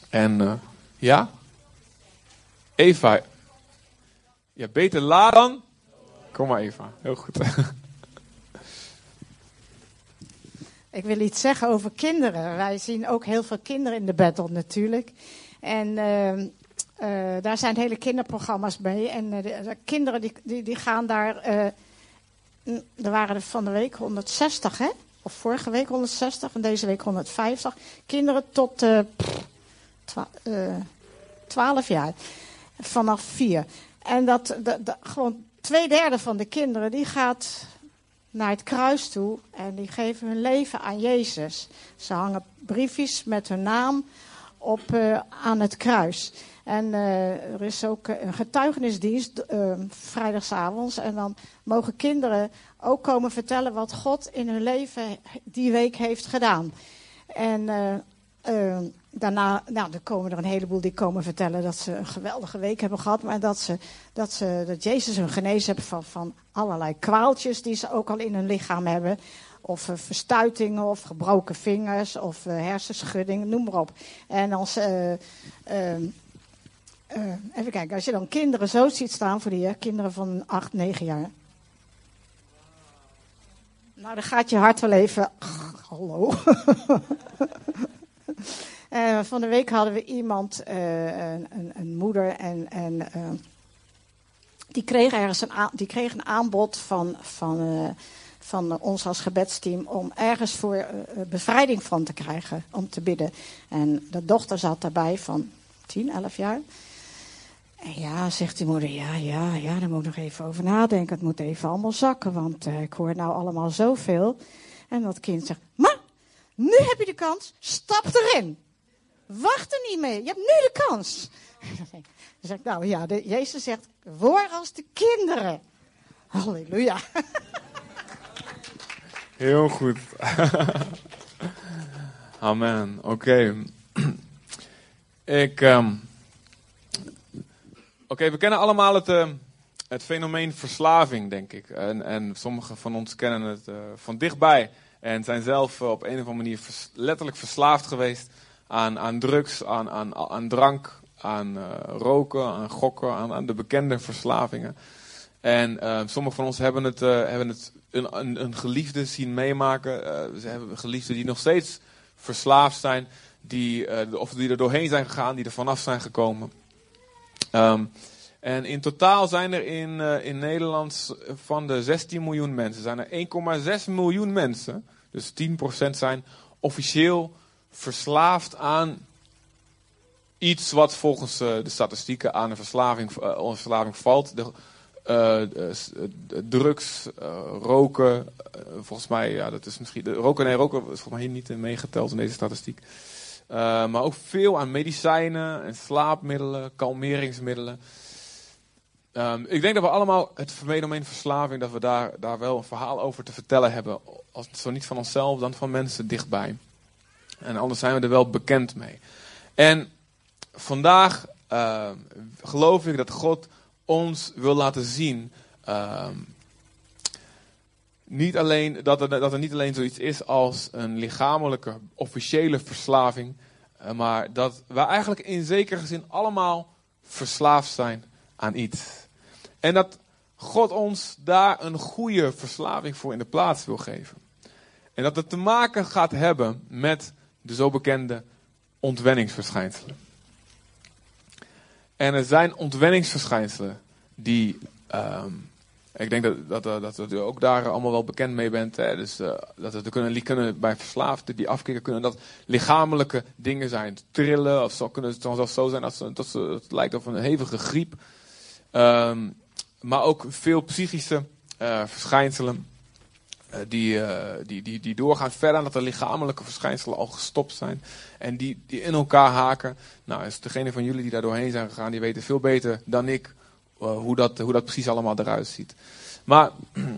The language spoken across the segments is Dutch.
En ja? Eva. Ja, beter laat dan. Kom maar Eva, heel goed. Ik wil iets zeggen over kinderen. Wij zien ook heel veel kinderen in de battle natuurlijk. En daar zijn hele kinderprogramma's mee. En de kinderen die gaan daar... er waren er van de week 160, hè? Of vorige week 160 en deze week 150. Kinderen tot 12 jaar. Vanaf 4. En gewoon 2/3 van de kinderen die gaat naar het kruis toe. En die geven hun leven aan Jezus. Ze hangen briefjes met hun naam op aan het kruis. En er is ook een getuigenisdienst vrijdagavonds. En dan mogen kinderen ook komen vertellen wat God in hun leven die week heeft gedaan. En daarna dan komen er een heleboel die komen vertellen dat ze een geweldige week hebben gehad. Maar dat Jezus hun genezen heeft van allerlei kwaaltjes die ze ook al in hun lichaam hebben. Of verstuitingen, of gebroken vingers, of hersenschudding, noem maar op. En als... even kijken, als je dan kinderen zo ziet staan voor die Heer, kinderen van 8, 9 jaar. Nou, dan gaat je hart wel even... hallo. Van de week hadden we iemand, een moeder, en die kreeg een aanbod van ons als gebedsteam om ergens voor bevrijding van te krijgen, om te bidden. En de dochter zat daarbij van 10, 11 jaar. En ja, zegt die moeder, ja, daar moet ik nog even over nadenken. Het moet even allemaal zakken, want ik hoor nou allemaal zoveel. En dat kind zegt, ma, nu heb je de kans, stap erin. Wacht er niet mee, je hebt nu de kans. Dan zeg ik, nou ja, Jezus zegt, word als de kinderen. Halleluja. Heel goed. Amen. Oké. We kennen allemaal het fenomeen verslaving, denk ik. En sommigen van ons kennen het van dichtbij. En zijn zelf op een of andere manier letterlijk verslaafd geweest aan drugs, aan drank, aan roken, aan gokken, aan de bekende verslavingen. En sommigen van ons hebben het een geliefde zien meemaken. Ze hebben geliefden die nog steeds verslaafd zijn. Of die er doorheen zijn gegaan, die er vanaf zijn gekomen. En in totaal zijn er in Nederland van de 16 miljoen mensen, zijn er 1,6 miljoen mensen, dus 10% zijn officieel verslaafd aan iets wat volgens de statistieken aan een verslaving valt. Drugs, roken, volgens mij, ja, dat is misschien... Roken is volgens mij niet meegeteld in deze statistiek. Maar ook veel aan medicijnen en slaapmiddelen, kalmeringsmiddelen. Ik denk dat we allemaal het fenomeen verslaving, dat we daar wel een verhaal over te vertellen hebben. Als zo niet van onszelf, dan van mensen dichtbij. En anders zijn we er wel bekend mee. En vandaag geloof ik dat God ons wil laten zien, dat er niet alleen zoiets is als een lichamelijke, officiële verslaving, maar dat we eigenlijk in zekere zin allemaal verslaafd zijn aan iets. En dat God ons daar een goede verslaving voor in de plaats wil geven. En dat het te maken gaat hebben met de zo bekende ontwenningsverschijnselen. En er zijn ontwenningsverschijnselen die... ik denk dat u ook daar allemaal wel bekend mee bent. Hè? Dus dat het kunnen bij verslaafden die afkicken kunnen dat lichamelijke dingen zijn. Trillen of zo kunnen het zelfs zo zijn dat het lijkt op een hevige griep. Maar ook veel psychische verschijnselen die doorgaan verder dat de lichamelijke verschijnselen al gestopt zijn. En die in elkaar haken. Nou, is degene van jullie die daar doorheen zijn gegaan, die weten veel beter dan ik hoe dat precies allemaal eruit ziet. Maar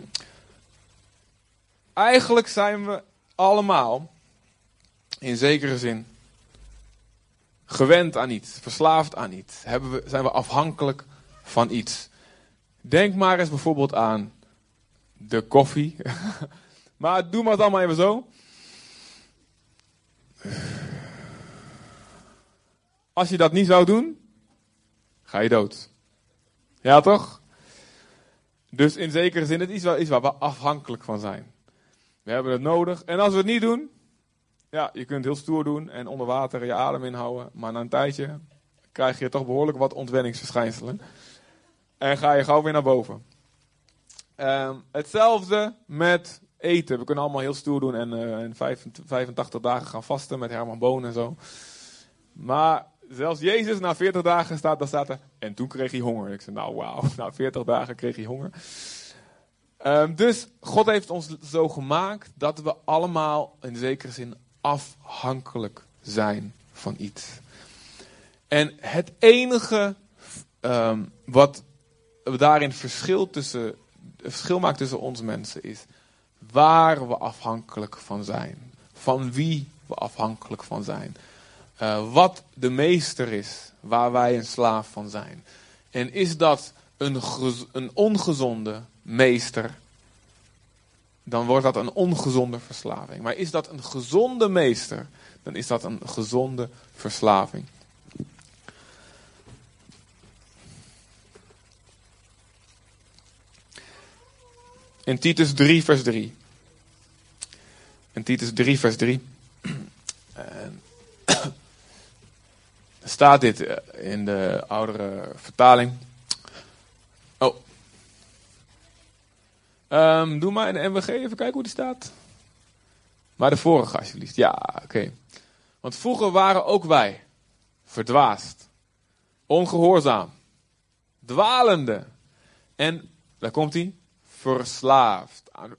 eigenlijk zijn we allemaal in zekere zin gewend aan iets, verslaafd aan iets. Zijn we afhankelijk van iets. Denk maar eens bijvoorbeeld aan de koffie. Maar doe maar het allemaal even zo. Als je dat niet zou doen, ga je dood. Ja, toch? Dus in zekere zin, het is wel iets waar we afhankelijk van zijn. We hebben het nodig. En als we het niet doen, ja, je kunt heel stoer doen en onder water je adem inhouden. Maar na een tijdje krijg je toch behoorlijk wat ontwenningsverschijnselen. En ga je gauw weer naar boven. Hetzelfde met eten. We kunnen allemaal heel stoer doen en 85 dagen gaan vasten met Herman Boon en zo. Maar zelfs Jezus na 40 dagen staat er. En toen kreeg hij honger. Ik zei, nou wauw, na 40 dagen kreeg hij honger. Dus God heeft ons zo gemaakt dat we allemaal in zekere zin afhankelijk zijn van iets. En het enige wat daarin het verschil maakt tussen ons mensen is waar we afhankelijk van zijn. Van wie we afhankelijk van zijn. Wat de meester is, waar wij een slaaf van zijn. En is dat een ongezonde meester, dan wordt dat een ongezonde verslaving. Maar is dat een gezonde meester, dan is dat een gezonde verslaving. In Titus 3 vers 3. In Titus 3 vers 3. Staat dit in de oudere vertaling. Oh. Doe maar in de MWG even kijken hoe die staat. Maar de vorige alsjeblieft. Ja, oké. Want vroeger waren ook wij verdwaasd, ongehoorzaam, dwalende en, daar komt hij, verslaafd aan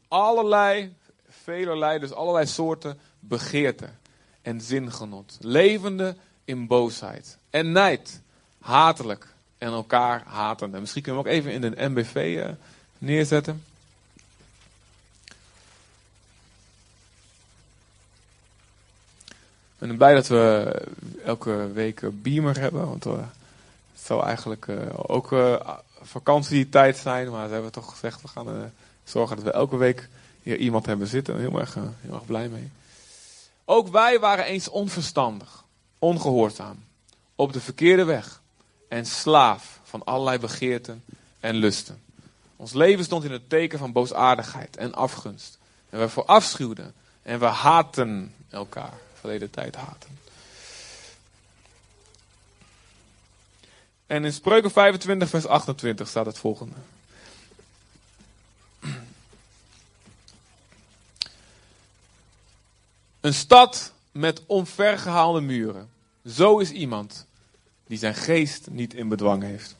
allerlei soorten begeerten en zingenot. Levende in boosheid en nijd, hatelijk en elkaar hatende. Misschien kunnen we ook even in de MBV neerzetten. Ik ben blij dat we elke week Beamer hebben, want het zou eigenlijk ook vakantietijd zijn, maar ze hebben toch gezegd, we gaan zorgen dat we elke week hier iemand hebben zitten. Heel erg blij mee. Ook wij waren eens onverstandig, ongehoorzaam, op de verkeerde weg en slaaf van allerlei begeerten en lusten. Ons leven stond in het teken van boosaardigheid en afgunst. En we verafschuwden en we haatten elkaar. Verleden tijd haten. En in Spreuken 25 vers 28 staat het volgende. Een stad met omvergehaalde muren. Zo is iemand die zijn geest niet in bedwang heeft.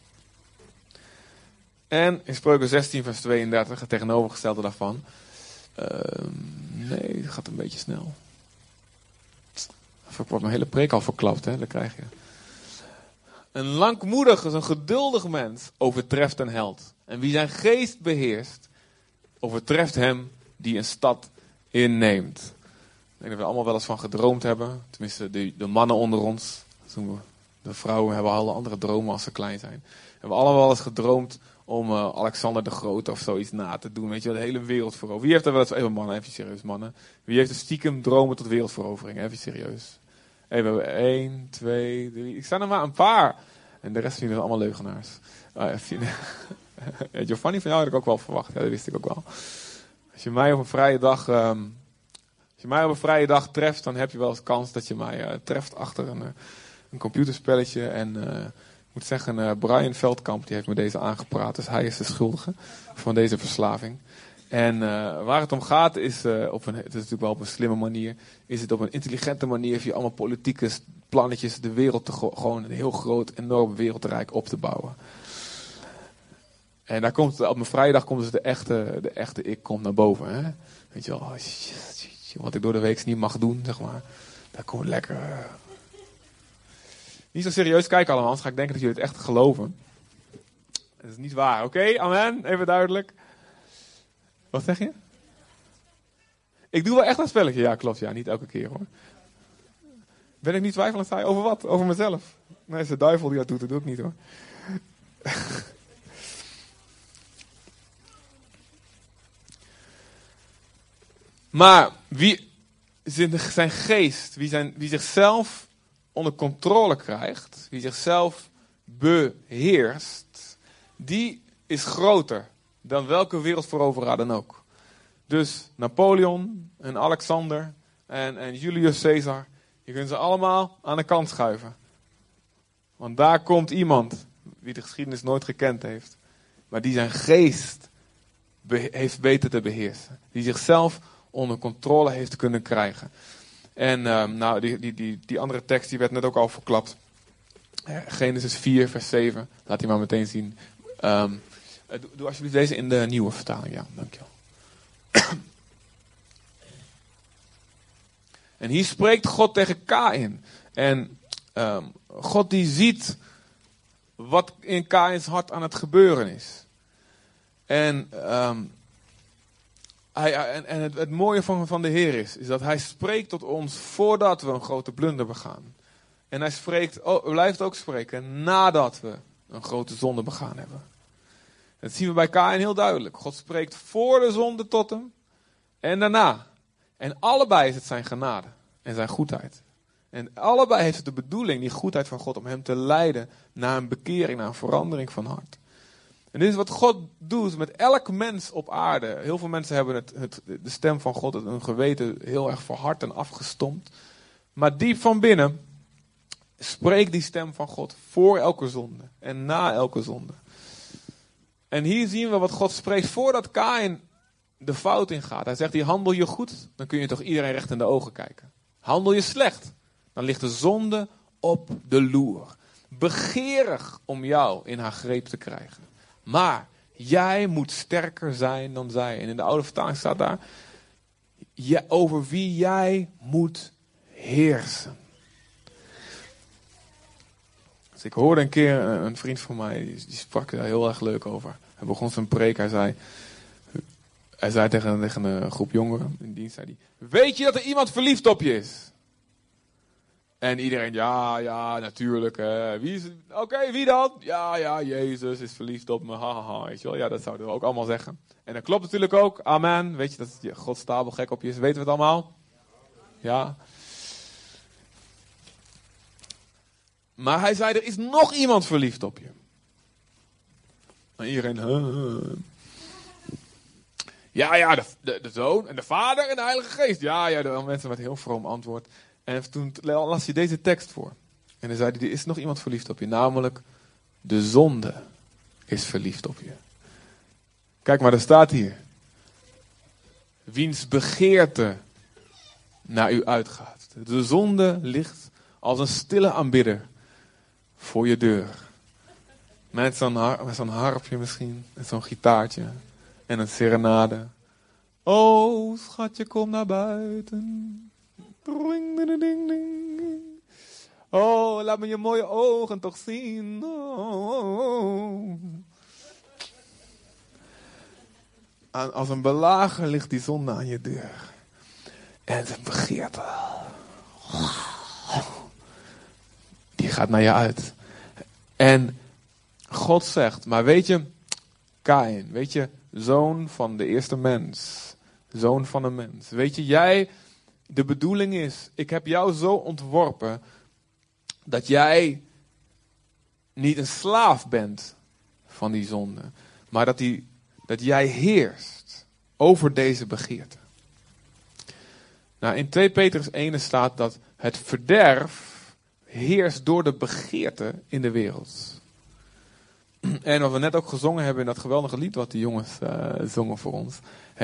En in Spreuken 16 vers 32, het tegenovergestelde daarvan. Nee, het gaat een beetje snel. Ik word mijn hele preek al verklapt, hè? Dat krijg je. Een langmoedig, dus een geduldig mens overtreft een held. En wie zijn geest beheerst, overtreft hem die een stad inneemt. Ik denk dat we allemaal wel eens van gedroomd hebben. Tenminste, de mannen onder ons. De vrouwen hebben alle andere dromen als ze klein zijn. We hebben allemaal wel eens gedroomd om Alexander de Grote of zoiets na te doen. Weet je, de hele wereld veroveren. Wie heeft er wel eens... Even mannen, even serieus mannen. Wie heeft er stiekem dromen tot wereldverovering? Even serieus. Even 1, 2, 3. Ik sta er maar een paar. En de rest vinden allemaal leugenaars. Giovanni, van jou had ik ook wel verwacht. Ja, dat wist ik ook wel. Als je mij op een vrije dag treft, dan heb je wel eens kans dat je mij treft achter een computerspelletje. En ik moet zeggen, Brian Veldkamp die heeft me deze aangepraat. Dus hij is de schuldige van deze verslaving. En waar het om gaat is, het is natuurlijk wel op een slimme manier, is het op een intelligente manier via allemaal politieke plannetjes de wereld gewoon een heel groot, enorm wereldrijk op te bouwen. En daar komt, op mijn vrije dag komt dus de echte ik komt naar boven. Hè? Weet je wel, wat ik door de week niet mag doen, zeg maar. Daar komt lekker. Niet zo serieus kijken allemaal, anders ga ik denken dat jullie het echt geloven. Dat is niet waar, oké? Amen? Even duidelijk. Wat zeg je? Ik doe wel echt een spelletje. Ja, klopt. Ja, niet elke keer hoor. Ben ik niet twijfelend saai? Over wat? Over mezelf? Nee, het is de duivel die dat doet. Dat doe ik niet hoor. Maar wie zijn geest, wie zichzelf onder controle krijgt, die zichzelf beheerst, die is groter dan welke wereldveroveraar dan ook. Dus Napoleon en Alexander en Julius Caesar, je kunt ze allemaal aan de kant schuiven. Want daar komt iemand die de geschiedenis nooit gekend heeft, maar die zijn geest heeft weten te beheersen. Die zichzelf onder controle heeft kunnen krijgen. En die andere tekst die werd net ook al verklapt. Genesis 4 vers 7. Laat die maar meteen zien. Doe alsjeblieft deze in de nieuwe vertaling. Ja, dankjewel. En hier spreekt God tegen Kaïn. En God die ziet wat in Kaïns hart aan het gebeuren is. En het mooie van de Heer is dat hij spreekt tot ons voordat we een grote blunder begaan. En hij blijft ook spreken nadat we een grote zonde begaan hebben. Dat zien we bij Kaïn heel duidelijk. God spreekt voor de zonde tot hem en daarna. En allebei is het zijn genade en zijn goedheid. En allebei heeft het de bedoeling, die goedheid van God, om hem te leiden naar een bekering, naar een verandering van hart. En dit is wat God doet met elk mens op aarde. Heel veel mensen hebben de stem van God, hun geweten heel erg verhard en afgestompt. Maar diep van binnen spreekt die stem van God voor elke zonde en na elke zonde. En hier zien we wat God spreekt voordat Kaïn de fout ingaat. Hij zegt, handel je goed, dan kun je toch iedereen recht in de ogen kijken. Handel je slecht, dan ligt de zonde op de loer. Begeerig om jou in haar greep te krijgen. Maar jij moet sterker zijn dan zij. En in de oude vertaling staat daar, over wie jij moet heersen. Dus ik hoorde een keer een vriend van mij, die sprak daar heel erg leuk over. Hij begon zijn preek, hij zei tegen een groep jongeren in dienst, zei hij, weet je dat er iemand verliefd op je is? En iedereen, ja, natuurlijk. Wie dan? Ja, Jezus is verliefd op me, haha, weet je wel. Ja, dat zouden we ook allemaal zeggen. En dat klopt natuurlijk ook, amen. Weet je dat God stapel gek op je is, weten we het allemaal? Ja. Maar hij zei, er is nog iemand verliefd op je. En iedereen, Ja, de Zoon en de Vader en de Heilige Geest. Ja, de mensen met heel vroom antwoord. En toen las hij deze tekst voor. En dan zei hij, er is nog iemand verliefd op je. Namelijk, de zonde is verliefd op je. Kijk maar, er staat hier. Wiens begeerte naar u uitgaat. De zonde ligt als een stille aanbidder voor je deur. Met zo'n harpje misschien. En zo'n gitaartje. En een serenade. Oh, schatje, kom naar buiten. Oh, laat me je mooie ogen toch zien. Oh. Als een belager ligt die zonde aan je deur. En zijn begeerte. Die gaat naar je uit. En God zegt, maar weet je, Kaïn, weet je, zoon van de eerste mens. Zoon van een mens. Weet je, de bedoeling is, ik heb jou zo ontworpen dat jij niet een slaaf bent van die zonde. Maar dat jij heerst over deze begeerte. Nou, in 2 Petrus 1 staat dat het verderf heerst door de begeerte in de wereld. En wat we net ook gezongen hebben in dat geweldige lied wat die jongens zongen voor ons.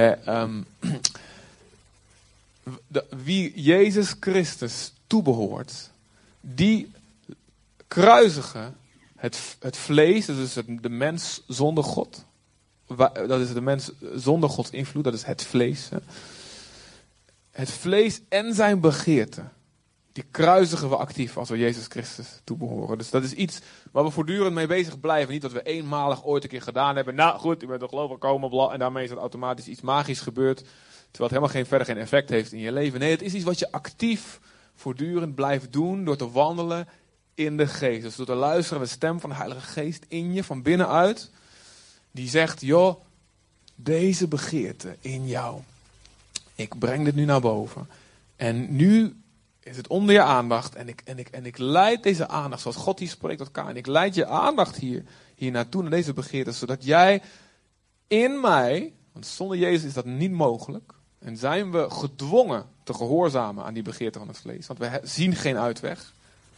Wie Jezus Christus toebehoort, die kruisigen het vlees, dat is de mens zonder God. Dat is de mens zonder Gods invloed, dat is het vlees. Het vlees en zijn begeerte, die kruisigen we actief als we Jezus Christus toebehoren. Dus dat is iets waar we voortdurend mee bezig blijven. Niet dat we eenmalig ooit een keer gedaan hebben. Nou goed, u bent er geloof gekomen en daarmee is er automatisch iets magisch gebeurd. Terwijl het helemaal geen effect heeft in je leven. Nee, het is iets wat je actief voortdurend blijft doen door te wandelen in de geest. Dus door te luisteren naar de stem van de Heilige Geest in je, van binnenuit. Die zegt, joh, deze begeerte in jou. Ik breng dit nu naar boven. En nu is het onder je aandacht. En ik leid deze aandacht, zoals God hier spreekt tot elkaar. En ik leid je aandacht hier naartoe, naar deze begeerte. Zodat jij in mij, want zonder Jezus is dat niet mogelijk. En zijn we gedwongen te gehoorzamen aan die begeerte van het vlees. Want we zien geen uitweg.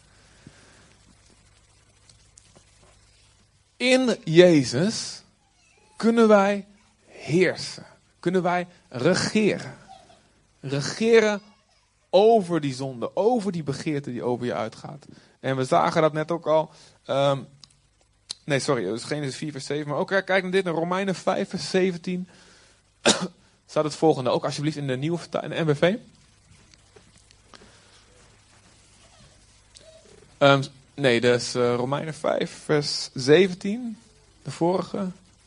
In Jezus kunnen wij heersen. Kunnen wij regeren. Regeren over die zonde. Over die begeerte die over je uitgaat. En we zagen dat net ook al. Dus Genesis 4 vers 7. Maar ook kijk naar dit. In Romeinen 5 vers 17. Staat het volgende. Ook alsjeblieft in de nieuwe in de NBV. Dus Romeinen 5 vers 17. De vorige.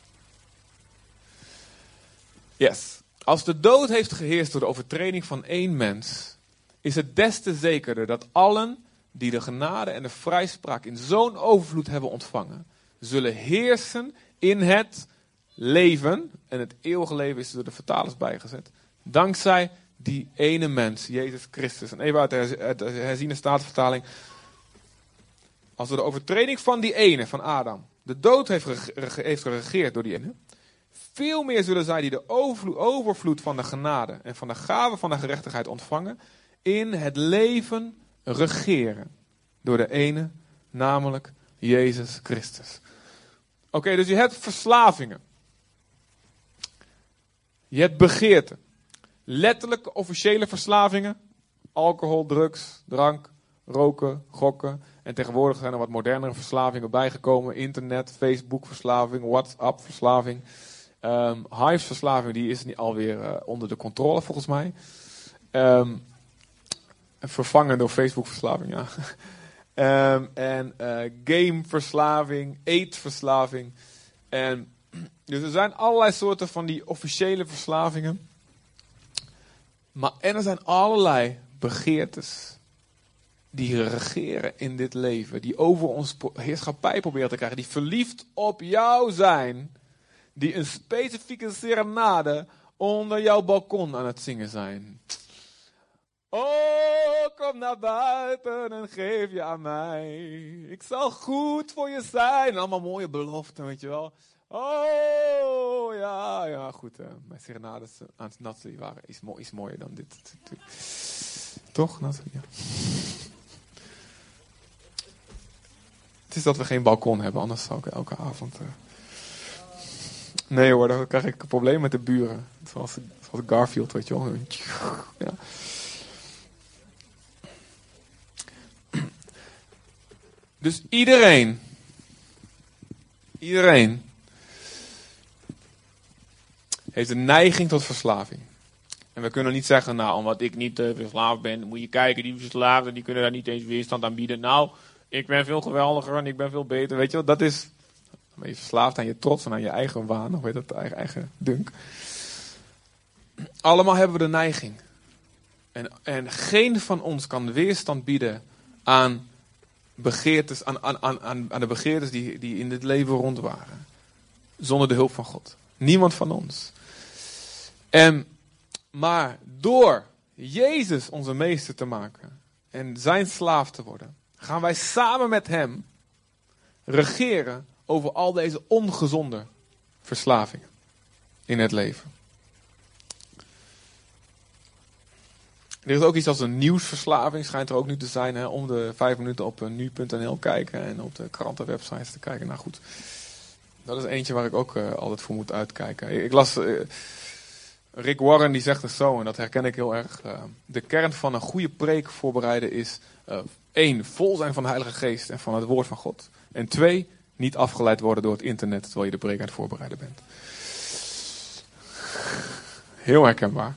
Yes. Als de dood heeft geheerst door de overtreding van één mens, is het des te zekerder dat allen die de genade en de vrijspraak in zo'n overvloed hebben ontvangen, zullen heersen in het leven. En het eeuwige leven is door de vertalers bijgezet. Dankzij die ene mens, Jezus Christus. En even uit de herziene statenvertaling. Als door de overtreding van die ene, van Adam, de dood heeft geregeerd door die ene, veel meer zullen zij die de overvloed van de genade en van de gave van de gerechtigheid ontvangen, in het leven regeren. Door de ene, namelijk Jezus Christus. Oké, dus je hebt verslavingen. Je hebt begeerten. Letterlijke officiële verslavingen. Alcohol, drugs, drank, roken, gokken. En tegenwoordig zijn er wat modernere verslavingen bijgekomen. Internet, Facebook verslaving, WhatsApp verslaving. Hives verslaving, die is niet alweer onder de controle volgens mij. Vervangen door Facebook verslaving, ja. Gameverslaving, eetverslaving. Dus er zijn allerlei soorten van die officiële verslavingen. En er zijn allerlei begeertes die regeren in dit leven. Die over ons heerschappij proberen te krijgen. Die verliefd op jou zijn. Die een specifieke serenade onder jouw balkon aan het zingen zijn. Oh, kom naar buiten en geef je aan mij. Ik zal goed voor je zijn. Allemaal mooie beloften, weet je wel. Oh, ja, goed. Mijn serenades aan het Nathalie waren iets mooier dan dit. Toch, Nathalie? Ja. Het is dat we geen balkon hebben, anders zou ik elke avond... Nee hoor, dan krijg ik een probleem met de buren. Zoals Garfield, weet je wel. Ja. Dus iedereen heeft een neiging tot verslaving. En we kunnen niet zeggen, nou, omdat ik niet verslaafd ben, moet je kijken, die verslaafden, die kunnen daar niet eens weerstand aan bieden. Nou, ik ben veel geweldiger en ik ben veel beter, weet je wel. Dat is, dan ben je verslaafd aan je trots en aan je eigen waan, of weet dat, eigen dunk. Allemaal hebben we de neiging. En geen van ons kan weerstand bieden aan begeertes, aan de begeertes die in dit leven rond waren. Zonder de hulp van God. Niemand van ons. Maar door Jezus onze meester te maken en zijn slaaf te worden, gaan wij samen met hem regeren over al deze ongezonde verslavingen in het leven. Er is ook iets als een nieuwsverslaving, schijnt er ook nu te zijn. Hè, om de 5 minuten op nu.nl kijken en op de krantenwebsites te kijken. Nou goed, dat is eentje waar ik ook altijd voor moet uitkijken. Ik las, Rick Warren die zegt het zo, en dat herken ik heel erg. De kern van een goede preek voorbereiden is 1, vol zijn van de Heilige Geest en van het woord van God. En 2, niet afgeleid worden door het internet terwijl je de preek aan het voorbereiden bent. Heel herkenbaar.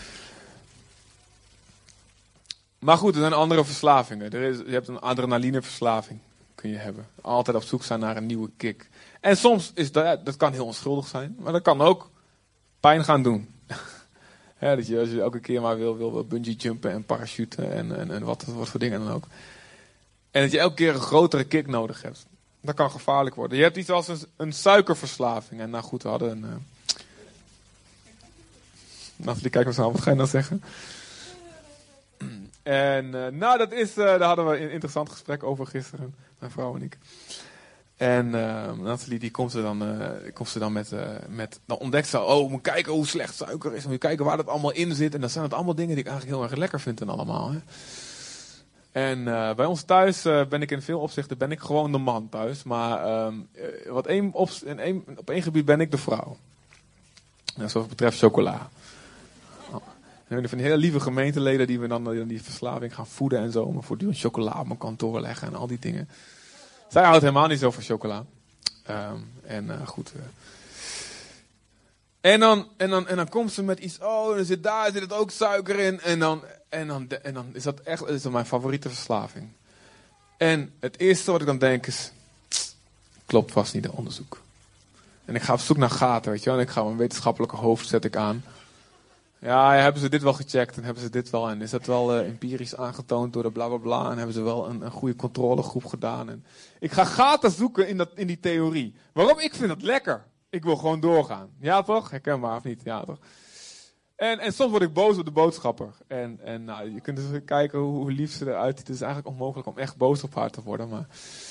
Maar goed, er zijn andere verslavingen. Je hebt een adrenalineverslaving, kun je hebben. Altijd op zoek zijn naar een nieuwe kick. En soms is dat kan heel onschuldig zijn, maar dat kan ook pijn gaan doen. Ja, dat als je elke keer maar wil bungee jumpen en parachuten en wat voor dingen dan ook. En dat je elke keer een grotere kick nodig hebt. Dat kan gevaarlijk worden. Je hebt iets als een suikerverslaving. En nou goed, we hadden een... Nathalie, kijk maar zo aan, wat ga je nou zeggen? En daar hadden we een interessant gesprek over gisteren, mijn vrouw en ik. En Nathalie die komt ze dan met dan ontdekt ze, moet kijken hoe slecht suiker is. Moet je kijken waar dat allemaal in zit. En dan zijn het allemaal dingen die ik eigenlijk heel erg lekker vind en allemaal. Hè. En bij ons thuis ben ik in veel opzichten gewoon de man thuis. Maar op één gebied ben ik de vrouw. En zoals betreft chocola. En van die hele lieve gemeenteleden die we dan die verslaving gaan voeden en zo. Maar voortdurend chocola op mijn kantoor leggen en al die dingen. Zij houdt helemaal niet zo van chocola. Goed. En dan komt ze met iets. Daar zit het ook suiker in. En dan is dat echt mijn favoriete verslaving. En het eerste wat ik dan denk is, klopt vast niet, dat onderzoek. En ik ga op zoek naar gaten, weet je wel. En ik ga mijn wetenschappelijke hoofd zet ik aan. Ja, hebben ze dit wel gecheckt en hebben ze dit wel. En is dat wel empirisch aangetoond door de bla bla bla. En hebben ze wel een goede controlegroep gedaan. En ik ga gaten zoeken in die theorie. Waarom? Ik vind het lekker. Ik wil gewoon doorgaan. Ja toch? Herkenbaar of niet? Ja toch? En soms word ik boos op de boodschapper. En je kunt dus kijken hoe lief ze eruit ziet. Het is eigenlijk onmogelijk om echt boos op haar te worden. Maar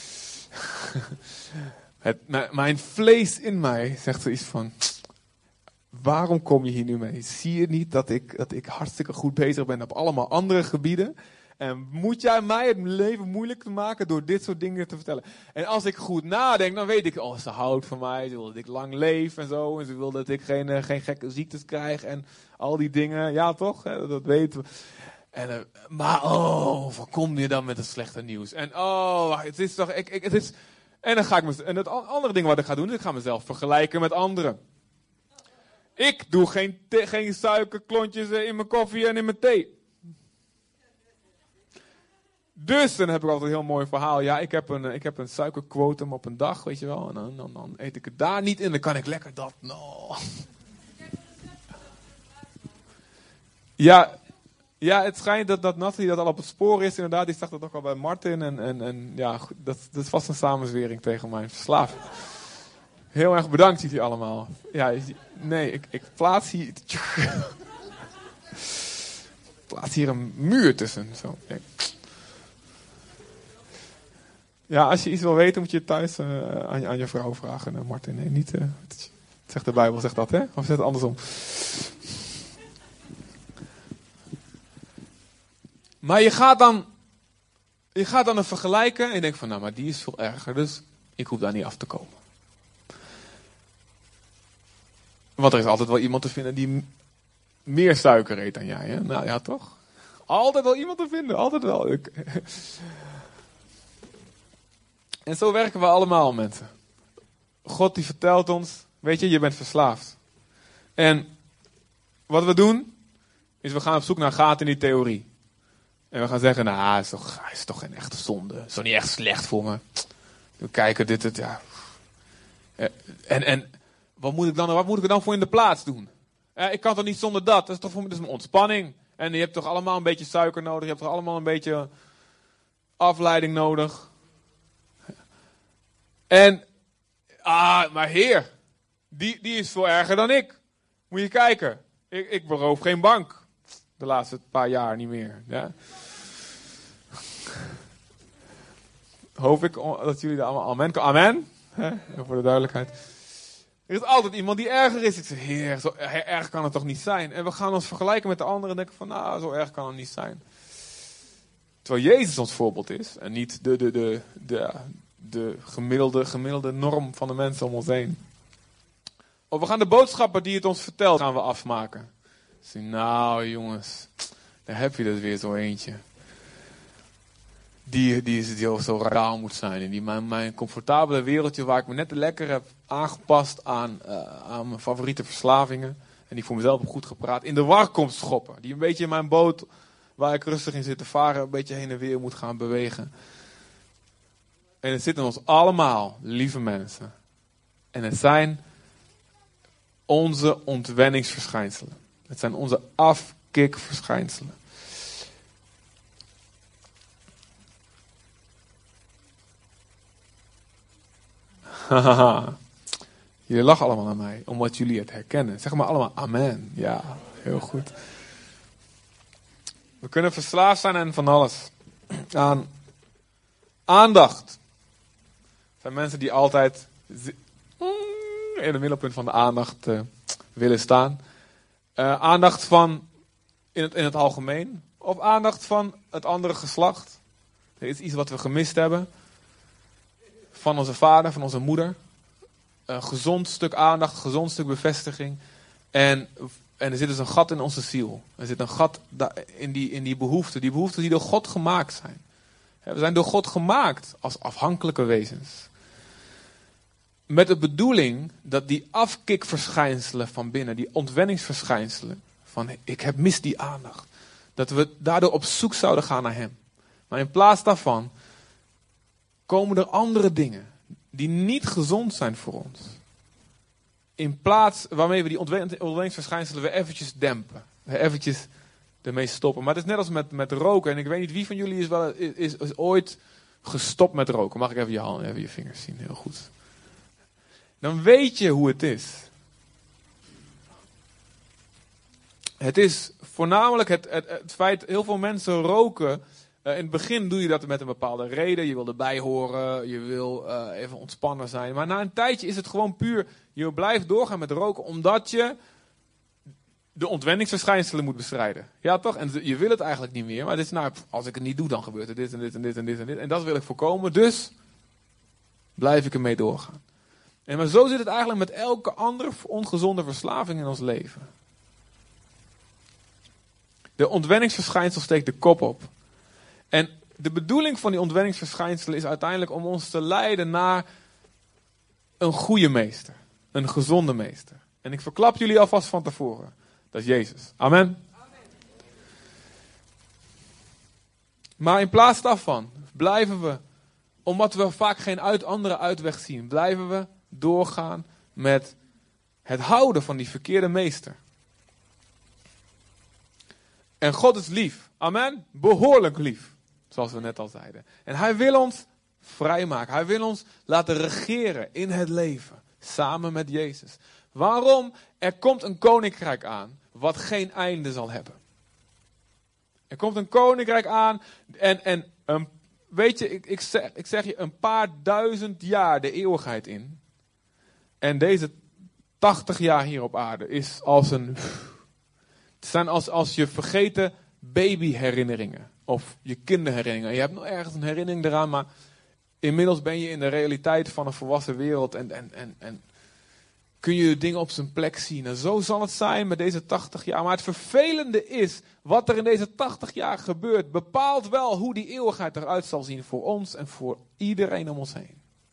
mijn vlees in mij zegt zoiets van, waarom kom je hier nu mee? Zie je niet dat ik hartstikke goed bezig ben op allemaal andere gebieden? En moet jij mij het leven moeilijk maken door dit soort dingen te vertellen? En als ik goed nadenk, dan weet ik, ze houdt van mij. Ze wil dat ik lang leef en zo. En ze wil dat ik geen gekke ziektes krijg en al die dingen. Ja, toch? Dat weten we. Maar waar kom je dan met het slechte nieuws? En het is toch... En dan ga ik en het andere ding wat ik ga doen, is ik ga mezelf vergelijken met anderen. Ik doe geen suikerklontjes in mijn koffie en in mijn thee. Dus dan heb ik altijd een heel mooi verhaal. Ja, ik heb een suikerquotum op een dag, weet je wel. En dan eet ik het daar niet in. Dan kan ik lekker dat. No. Ja, het schijnt dat Nathalie dat al op het spoor is. Inderdaad, die zag dat ook al bij Martin. En ja, dat is vast een samenzwering tegen mijn verslaving. Heel erg bedankt jullie allemaal. Ja, nee, ik plaats hier... plaats hier een muur tussen. Zo. Nee. Ja, als je iets wil weten, moet je het thuis aan je vrouw vragen, Martin. Nee, niet... zegt de Bijbel, zegt dat, hè? Of zegt het andersom? Maar je gaat dan een vergelijken en je denkt van, maar die is veel erger, dus ik hoef daar niet af te komen. Want er is altijd wel iemand te vinden die meer suiker eet dan jij, hè? Nou ja, toch? Altijd wel iemand te vinden, altijd wel. En zo werken we allemaal, mensen. God die vertelt ons, weet je bent verslaafd. En wat we doen, is we gaan op zoek naar gaten in die theorie. En we gaan zeggen, het is toch geen echte zonde. Het is toch niet echt slecht voor me. We kijken ja. En wat moet ik er dan voor in de plaats doen? Ik kan toch niet zonder dat? Dat is toch dat is mijn ontspanning. En je hebt toch allemaal een beetje suiker nodig. Je hebt toch allemaal een beetje afleiding nodig. En, maar Heer, die is veel erger dan ik. Moet je kijken. Ik beroof geen bank. De laatste paar jaar niet meer. Ja. Hoop ik dat jullie er allemaal amen. Voor de duidelijkheid. Er is altijd iemand die erger is. Ik zeg, Heer, zo erg kan het toch niet zijn? En we gaan ons vergelijken met de anderen en denken van, zo erg kan het niet zijn. Terwijl Jezus ons voorbeeld is. En niet de gemiddelde norm van de mensen om ons heen. Of we gaan de boodschappen die het ons vertelt, gaan we afmaken. Nou jongens, daar heb je dus weer zo eentje. Die zo radicaal moet zijn. En die mijn comfortabele wereldje waar ik me net lekker heb aangepast aan mijn favoriete verslavingen. En die voor mezelf heb goed gepraat. In de war komt schoppen. Die een beetje in mijn boot, waar ik rustig in zit te varen, een beetje heen en weer moet gaan bewegen. En het zit in ons allemaal, lieve mensen. En het zijn onze ontwenningsverschijnselen. Het zijn onze afkikverschijnselen. Hahaha. Jullie lachen allemaal naar mij, omdat jullie het herkennen. Zeg maar allemaal amen. Ja, heel goed. We kunnen verslaafd zijn aan van alles. Aan aandacht. Er zijn mensen die altijd in het middelpunt van de aandacht willen staan. Aandacht van in het algemeen. Of aandacht van het andere geslacht. Er is iets wat we gemist hebben. Van onze vader, van onze moeder. Een gezond stuk aandacht, een gezond stuk bevestiging. En er zit dus een gat in onze ziel. Er zit een gat in die behoeften. Die behoeften die door God gemaakt zijn. We zijn door God gemaakt als afhankelijke wezens. Met de bedoeling dat die afkikverschijnselen van binnen, die ontwenningsverschijnselen, van ik mis die aandacht. Dat we daardoor op zoek zouden gaan naar hem. Maar in plaats daarvan komen er andere dingen die niet gezond zijn voor ons. In plaats waarmee we die ontwenningsverschijnselen weer eventjes dempen. Weer eventjes ermee stoppen. Maar het is net als met roken. En ik weet niet wie van jullie is ooit gestopt met roken. Mag ik even je handen, even je vingers zien? Heel goed. Dan weet je hoe het is. Het is voornamelijk het feit, heel veel mensen roken. In het begin doe je dat met een bepaalde reden. Je wil erbij horen, je wil even ontspannen zijn. Maar na een tijdje is het gewoon puur, je blijft doorgaan met roken omdat je de ontwenningsverschijnselen moet bestrijden. Ja toch? En je wil het eigenlijk niet meer. Maar het is, als ik het niet doe, dan gebeurt er dit en dit en dit en dit en dit. En dat wil ik voorkomen, dus blijf ik ermee doorgaan. Maar zo zit het eigenlijk met elke andere ongezonde verslaving in ons leven. De ontwenningsverschijnsel steekt de kop op. En de bedoeling van die ontwenningsverschijnselen is uiteindelijk om ons te leiden naar een goede meester. Een gezonde meester. En ik verklap jullie alvast van tevoren. Dat is Jezus. Amen. Maar in plaats daarvan blijven we, omdat we vaak geen andere uitweg zien, blijven we doorgaan met het houden van die verkeerde meester. En God is lief. Amen. Behoorlijk lief. Zoals we net al zeiden. En hij wil ons vrijmaken. Hij wil ons laten regeren in het leven. Samen met Jezus. Waarom? Er komt een koninkrijk aan. Wat geen einde zal hebben. Er komt een koninkrijk aan. En weet je, ik zeg je een paar duizend jaar de eeuwigheid in. En deze 80 jaar hier op aarde is als een... Het zijn als je vergeten babyherinneringen. Of je kinderherinneringen. Je hebt nog ergens een herinnering eraan, maar inmiddels ben je in de realiteit van een volwassen wereld. En kun je dingen op zijn plek zien. En zo zal het zijn met deze 80 jaar. Maar het vervelende is, wat er in deze 80 jaar gebeurt, bepaalt wel hoe die eeuwigheid eruit zal zien voor ons en voor iedereen om ons heen.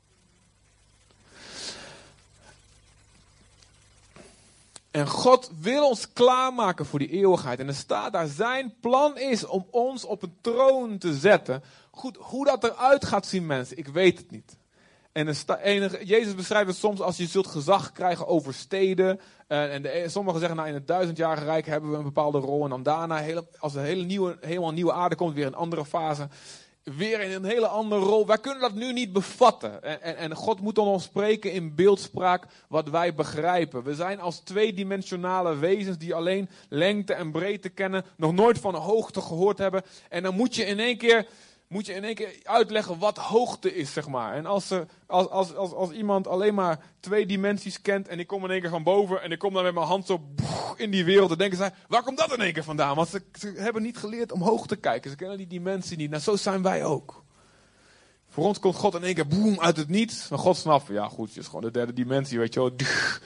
En God wil ons klaarmaken voor die eeuwigheid. En er staat daar, zijn plan is om ons op een troon te zetten. Goed, hoe dat eruit gaat zien, mensen, ik weet het niet. En Jezus beschrijft het soms als je zult gezag krijgen over steden. Sommigen zeggen, in het 1000-jarige rijk hebben we een bepaalde rol. En dan daarna, als er helemaal nieuwe aarde komt, weer een andere fase. Weer in een hele andere rol. Wij kunnen dat nu niet bevatten. En God moet dan ons spreken in beeldspraak wat wij begrijpen. We zijn als tweedimensionale wezens die alleen lengte en breedte kennen. Nog nooit van een hoogte gehoord hebben. En dan moet je in één keer uitleggen wat hoogte is, zeg maar. En als iemand alleen maar 2 dimensies kent en ik kom in één keer van boven en ik kom dan met mijn hand zo in die wereld, dan denken zij, waar komt dat in één keer vandaan? Want ze hebben niet geleerd om hoog te kijken. Ze kennen die dimensie niet. Nou, zo zijn wij ook. Voor ons komt God in één keer boem uit het niets. Maar God snapt, ja goed, het is gewoon de 3e dimensie, weet je wel.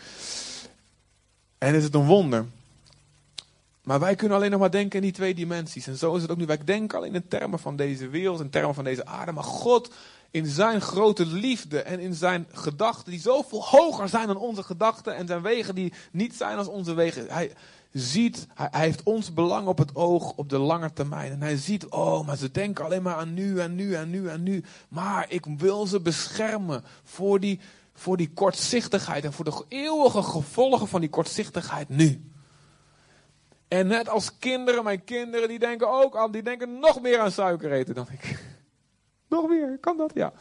En is het een wonder. Maar wij kunnen alleen nog maar denken in die 2 dimensies. En zo is het ook nu. Wij denken alleen in termen van deze wereld, in termen van deze aarde. Maar God in zijn grote liefde en in zijn gedachten, die zoveel hoger zijn dan onze gedachten. En zijn wegen die niet zijn als onze wegen. Hij heeft ons belang op het oog op de lange termijn. En hij ziet, maar ze denken alleen maar aan nu en nu en nu en nu. Maar ik wil ze beschermen voor die kortzichtigheid. En voor de eeuwige gevolgen van die kortzichtigheid nu. En net als mijn kinderen, die denken nog meer aan suiker eten dan ik. Nog meer, kan dat? Ja.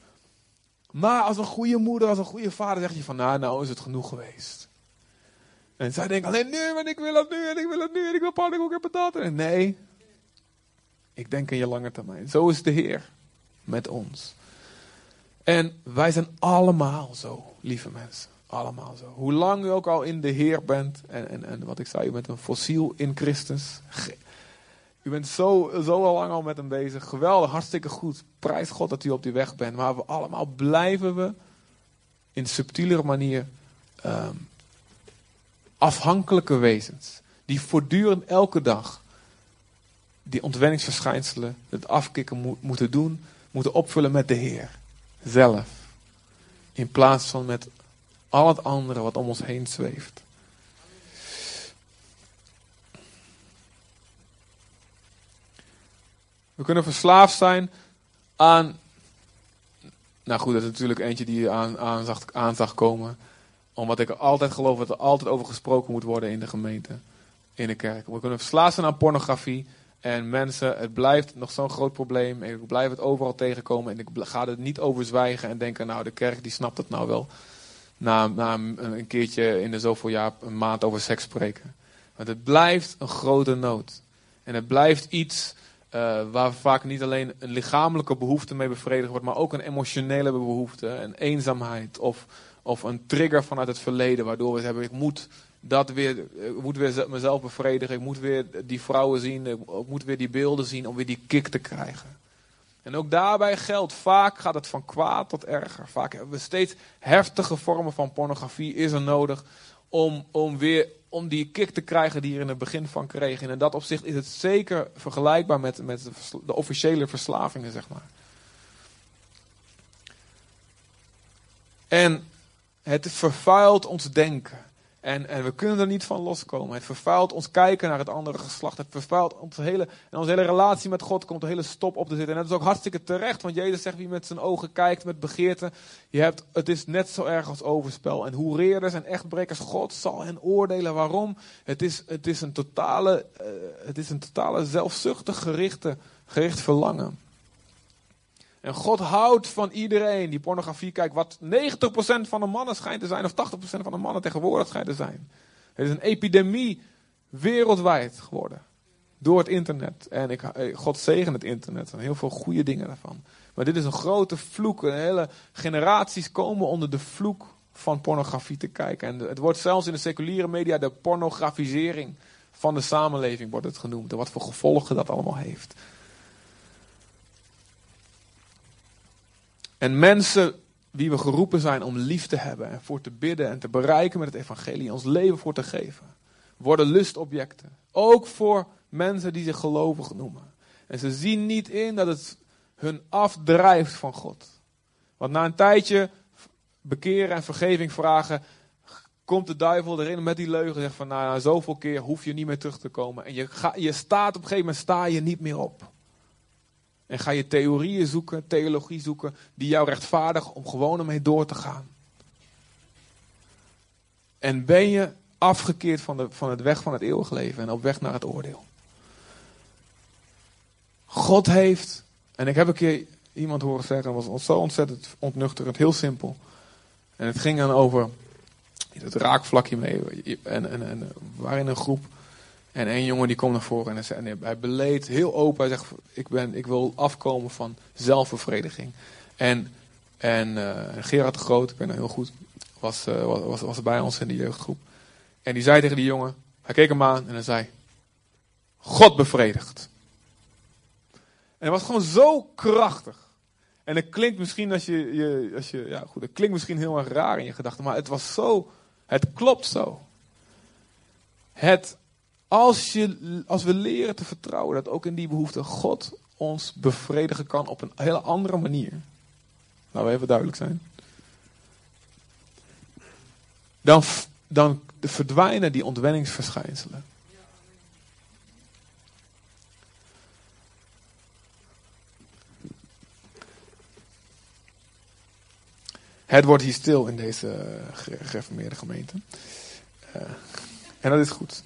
Maar als een goede moeder, als een goede vader zeg je van, nou is het genoeg geweest. En zij denken alleen nu, en ik wil het nu, en ik wil het nu, en ik wil pannenkoek en patat. En nee, ik denk in je lange termijn. Zo is de Heer met ons. En wij zijn allemaal zo, lieve mensen. Allemaal zo. Hoe lang u ook al in de Heer bent. En wat ik zei, u bent een fossiel in Christus. U bent zo al lang al met hem bezig. Geweldig, hartstikke goed. Prijs God dat u op die weg bent. Maar we allemaal blijven we in subtielere manier afhankelijke wezens. Die voortdurend elke dag die ontwenningsverschijnselen, het afkicken moeten doen. Moeten opvullen met de Heer. Zelf. In plaats van met al het andere wat om ons heen zweeft. We kunnen verslaafd zijn aan... Nou goed, dat is natuurlijk eentje die je aan zag komen. Omdat ik altijd geloof dat er altijd over gesproken moet worden in de gemeente. In de kerk. We kunnen verslaafd zijn aan pornografie. En mensen, het blijft nog zo'n groot probleem. Ik blijf het overal tegenkomen. En ik ga er niet over zwijgen en denken, nou de kerk die snapt het nou wel. Na een keertje in de zoveel jaar, een maand over seks spreken. Want het blijft een grote nood. En het blijft iets waar vaak niet alleen een lichamelijke behoefte mee bevredigd wordt, maar ook een emotionele behoefte. Een eenzaamheid of een trigger vanuit het verleden. Waardoor we hebben, ik moet weer mezelf bevredigen. Ik moet weer die vrouwen zien. Ik moet weer die beelden zien om weer die kick te krijgen. En ook daarbij geldt, vaak gaat het van kwaad tot erger. Vaak hebben we steeds heftige vormen van pornografie is er nodig om die kick te krijgen die je in het begin van kreeg. En in dat opzicht is het zeker vergelijkbaar met de officiële verslavingen, zeg maar. En het vervuilt ons denken. En we kunnen er niet van loskomen. Het vervuilt ons kijken naar het andere geslacht. Het vervuilt onze hele relatie met God komt een hele stop op te zitten. En dat is ook hartstikke terecht. Want Jezus zegt, wie met zijn ogen kijkt, met begeerte. Het is net zo erg als overspel. En hoereerders en echtbrekers, God zal hen oordelen. Waarom? Het is een totale zelfzuchtig gericht verlangen. En God houdt van iedereen die pornografie kijkt. Wat 90% van de mannen schijnt te zijn. Of 80% van de mannen tegenwoordig schijnt te zijn. Het is een epidemie wereldwijd geworden. Door het internet. En God zegen het internet. En heel veel goede dingen daarvan. Maar dit is een grote vloek. Hele generaties komen onder de vloek van pornografie te kijken. En het wordt zelfs in de seculiere media de pornografisering van de samenleving wordt het genoemd. En wat voor gevolgen dat allemaal heeft. En mensen wie we geroepen zijn om lief te hebben en voor te bidden en te bereiken met het evangelie, ons leven voor te geven, worden lustobjecten. Ook voor mensen die zich gelovig noemen. En ze zien niet in dat het hun afdrijft van God. Want na een tijdje bekeren en vergeving vragen, komt de duivel erin met die leugen en zegt van na zoveel keer hoef je niet meer terug te komen. En je staat op een gegeven moment sta je niet meer op. En ga je theorieën zoeken, theologie zoeken, die jou rechtvaardigen om gewoon ermee door te gaan. En ben je afgekeerd van het weg van het eeuwig leven en op weg naar het oordeel. God heeft, en ik heb een keer iemand horen zeggen, dat was zo ontzettend ontnuchterend, heel simpel. En het ging dan over het raakvlakje mee. En we waren in een groep. En één jongen die komt naar voren en hij beleed heel open. Hij zegt, ik wil afkomen van zelfbevrediging. En Gerard de Groot, ik weet nog heel goed, was bij ons in de jeugdgroep. En die zei tegen die jongen, hij keek hem aan en hij zei, God bevredigt. En het was gewoon zo krachtig. En het klinkt misschien het klinkt misschien heel erg raar in je gedachten, maar het was zo, het klopt zo. Als we leren te vertrouwen dat ook in die behoefte God ons bevredigen kan op een hele andere manier. Laten we even duidelijk zijn. Dan verdwijnen die ontwenningsverschijnselen. Het wordt hier stil in deze gereformeerde gemeente. En dat is goed.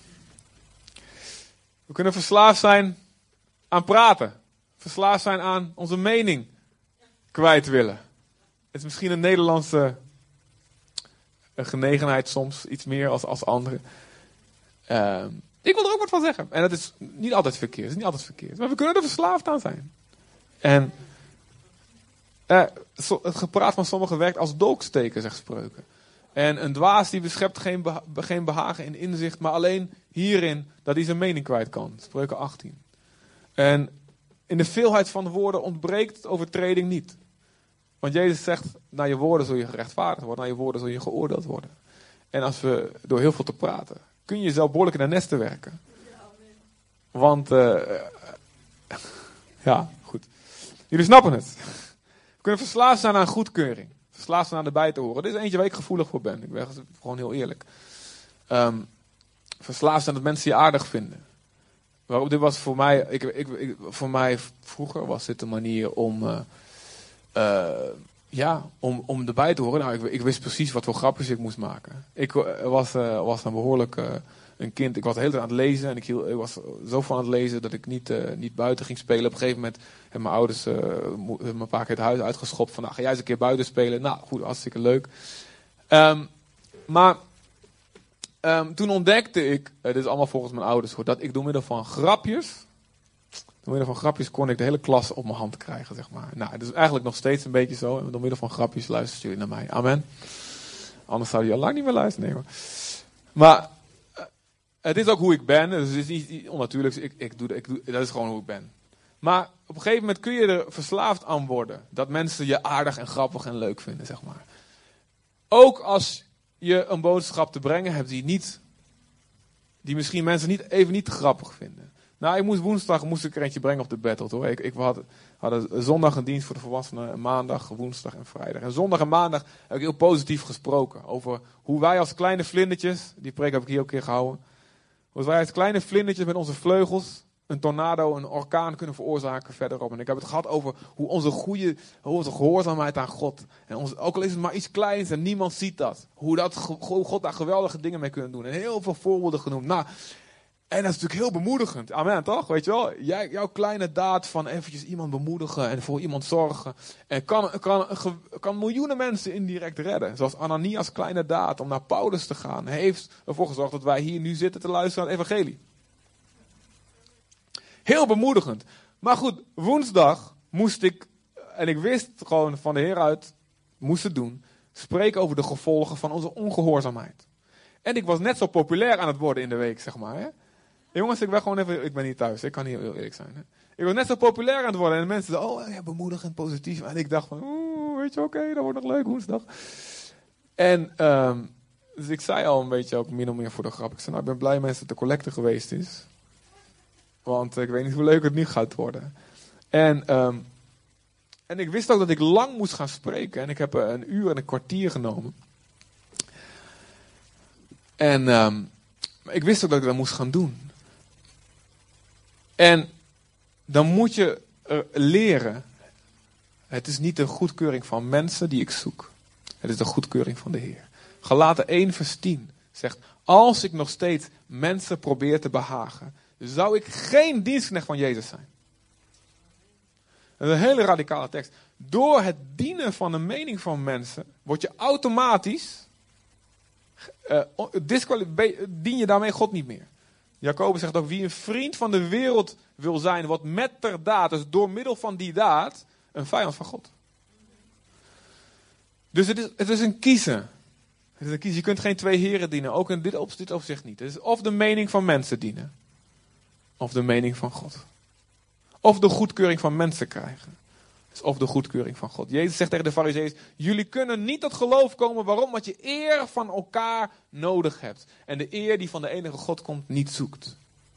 We kunnen verslaafd zijn aan praten. Verslaafd zijn aan onze mening kwijt willen. Het is misschien een Nederlandse genegenheid soms iets meer als anderen. Ik wil er ook wat van zeggen. En dat is niet altijd verkeerd. Maar we kunnen er verslaafd aan zijn. En het gepraat van sommigen werkt als dolksteken, zegt Spreuken. En een dwaas die beschept geen behagen in inzicht, maar alleen hierin dat hij zijn mening kwijt kan. Spreuken 18. En in de veelheid van de woorden ontbreekt overtreding niet. Want Jezus zegt, naar je woorden zul je gerechtvaardigd worden, naar je woorden zul je geoordeeld worden. En als we door heel veel te praten, kun je jezelf behoorlijk in de nesten werken. Want, ja, goed. Jullie snappen het. We kunnen verslaafd zijn aan goedkeuring. Verslaafd zijn aan erbij te horen. Dit is eentje waar ik gevoelig voor ben. Ik ben gewoon heel eerlijk. Verslaafd zijn dat mensen je aardig vinden. Waarom? Dit was voor mij, vroeger was dit een manier om erbij te horen. Nou, ik wist precies wat voor grapjes ik moest maken. Ik was dan behoorlijk een kind. Ik was de hele tijd aan het lezen. En ik was zo van aan het lezen dat ik niet buiten ging spelen. Op een gegeven moment hebben mijn ouders me een paar keer het huis uitgeschopt. Van, ga jij eens een keer buiten spelen? Nou, goed, hartstikke leuk. Maar toen ontdekte ik, dit is allemaal volgens mijn ouders, dat ik door middel van grapjes kon ik de hele klas op mijn hand krijgen, zeg maar. Nou, het is eigenlijk nog steeds een beetje zo. Door middel van grapjes luisteren jullie naar mij. Amen. Anders zou je al lang niet meer luisteren. Nee, maar het is ook hoe ik ben. Dus het is niet onnatuurlijks. Ik doe, dat is gewoon hoe ik ben. Maar op een gegeven moment kun je er verslaafd aan worden. Dat mensen je aardig en grappig en leuk vinden, zeg maar. Ook als je een boodschap te brengen hebt die misschien mensen even niet grappig vinden. Nou, woensdag moest ik er eentje brengen op de battle, hoor. Ik had zondag een dienst voor de volwassenen, maandag, woensdag en vrijdag. En zondag en maandag heb ik heel positief gesproken over hoe wij als kleine vlindertjes, die preek heb ik hier ook een keer gehouden, hoe wij als kleine vlindertjes met onze vleugels een tornado, een orkaan kunnen veroorzaken verderop. En ik heb het gehad over hoe onze gehoorzaamheid aan God, en ook al is het maar iets kleins en niemand ziet dat, hoe God daar geweldige dingen mee kunnen doen. En heel veel voorbeelden genoemd. Nou, en dat is natuurlijk heel bemoedigend. Amen, toch? Weet je wel? Jouw kleine daad van eventjes iemand bemoedigen en voor iemand zorgen. En kan miljoenen mensen indirect redden. Zoals Ananias' kleine daad om naar Paulus te gaan. Heeft ervoor gezorgd dat wij hier nu zitten te luisteren naar het evangelie. Heel bemoedigend. Maar goed, woensdag moest ik, en ik wist gewoon van de Heer uit, moest het doen, spreken over de gevolgen van onze ongehoorzaamheid. En ik was net zo populair aan het worden in de week, zeg maar. Hè? Jongens, ik ben niet thuis. Ik kan niet heel eerlijk zijn. Hè? Ik was net zo populair aan het worden. En de mensen zeiden, bemoedigend, positief. En ik dacht van, weet je, oké, dat wordt nog leuk woensdag. En, dus ik zei al een beetje, ook min of meer voor de grap. Ik zei, ik ben blij mensen dat de collecte geweest is. Want ik weet niet hoe leuk het nu gaat worden. En ik wist ook dat ik lang moest gaan spreken. En ik heb een uur en een kwartier genomen. En ik wist ook dat ik dat moest gaan doen. En dan moet je leren. Het is niet de goedkeuring van mensen die ik zoek. Het is de goedkeuring van de Heer. Galaten 1 vers 10 zegt, als ik nog steeds mensen probeer te behagen, zou ik geen dienstknecht van Jezus zijn. Dat is een hele radicale tekst. Door het dienen van de mening van mensen, word je automatisch, dien je daarmee God niet meer. Jacobus zegt ook, wie een vriend van de wereld wil zijn, wordt met ter daad, dus door middel van die daad, een vijand van God. Dus het is een kiezen. Het is een kiezen. Je kunt geen twee heren dienen, ook in dit opzicht niet. Het is of de mening van mensen dienen, of de mening van God. Of de goedkeuring van mensen krijgen. Of de goedkeuring van God. Jezus zegt tegen de Farizeeën, jullie kunnen niet tot geloof komen. Waarom? Want je eer van elkaar nodig hebt. En de eer die van de enige God komt, niet zoekt.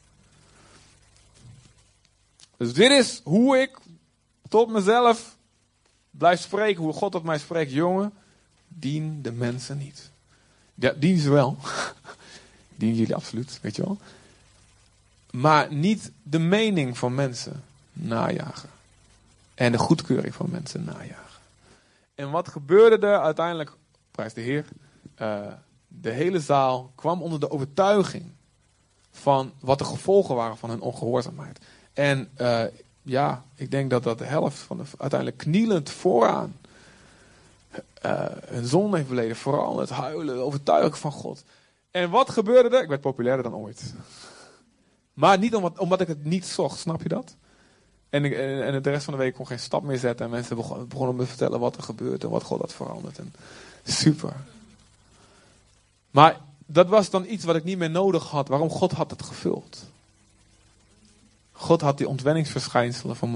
Dus dit is hoe ik tot mezelf blijf spreken. Hoe God tot mij spreekt. Jongen, dien de mensen niet. Ja, dien ze wel. Dien jullie absoluut, weet je wel. Maar niet de mening van mensen najagen. En de goedkeuring van mensen najagen. En wat gebeurde er uiteindelijk? Prijs de Heer. De hele zaal kwam onder de overtuiging van wat de gevolgen waren van hun ongehoorzaamheid. En ik denk dat de helft van uiteindelijk knielend vooraan hun zonde heeft beleden. Vooral het huilen, overtuigen van God. En wat gebeurde er? Ik werd populairder dan ooit. Maar niet omdat ik het niet zocht, snap je dat? En de rest van de week kon geen stap meer zetten. En mensen begonnen me te vertellen wat er gebeurt en wat God had veranderd. En super. Maar dat was dan iets wat ik niet meer nodig had. Waarom? God had het gevuld. God had die ontwenningsverschijnselen van me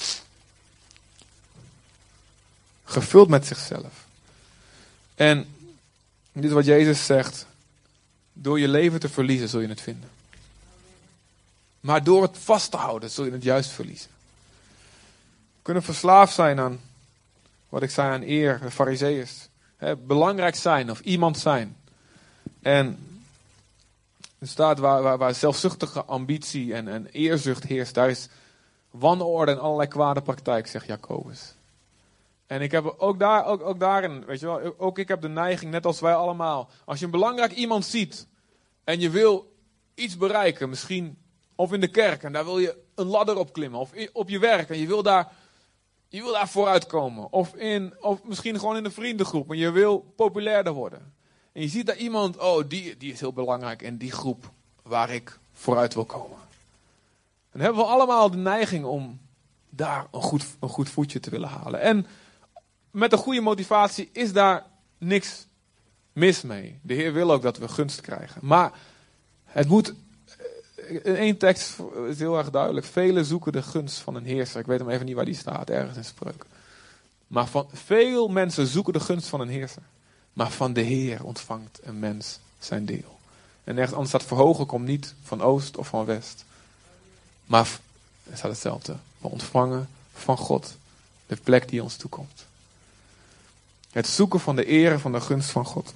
gevuld met zichzelf. En dit is wat Jezus zegt. Door je leven te verliezen zul je het vinden. Maar door het vast te houden zul je het juist verliezen. We kunnen verslaafd zijn aan wat ik zei aan eer, de Farizeeërs. Belangrijk zijn of iemand zijn. En er staat waar zelfzuchtige ambitie en eerzucht heerst, daar is wanorde en allerlei kwade praktijk, zegt Jacobus. En ik heb ook daarin, weet je wel, ook ik heb de neiging, net als wij allemaal, als je een belangrijk iemand ziet en je wil iets bereiken, misschien of in de kerk en daar wil je een ladder opklimmen, of op je werk en je wil daar vooruitkomen, of misschien gewoon in een vriendengroep en je wil populairder worden. En je ziet daar iemand, die is heel belangrijk in die groep waar ik vooruit wil komen. Dan hebben we allemaal de neiging om daar een goed voetje te willen halen. En met een goede motivatie is daar niks mis mee. De Heer wil ook dat we gunst krijgen. Maar het moet, in één tekst is heel erg duidelijk. Velen zoeken de gunst van een heerser. Ik weet hem even niet waar die staat, ergens in Spreuken. Maar veel mensen zoeken de gunst van een heerser. Maar van de Heer ontvangt een mens zijn deel. En nergens anders staat verhogen komt niet van oost of van west. Maar het staat hetzelfde. We ontvangen van God de plek die ons toekomt. Het zoeken van de eer, van de gunst van God.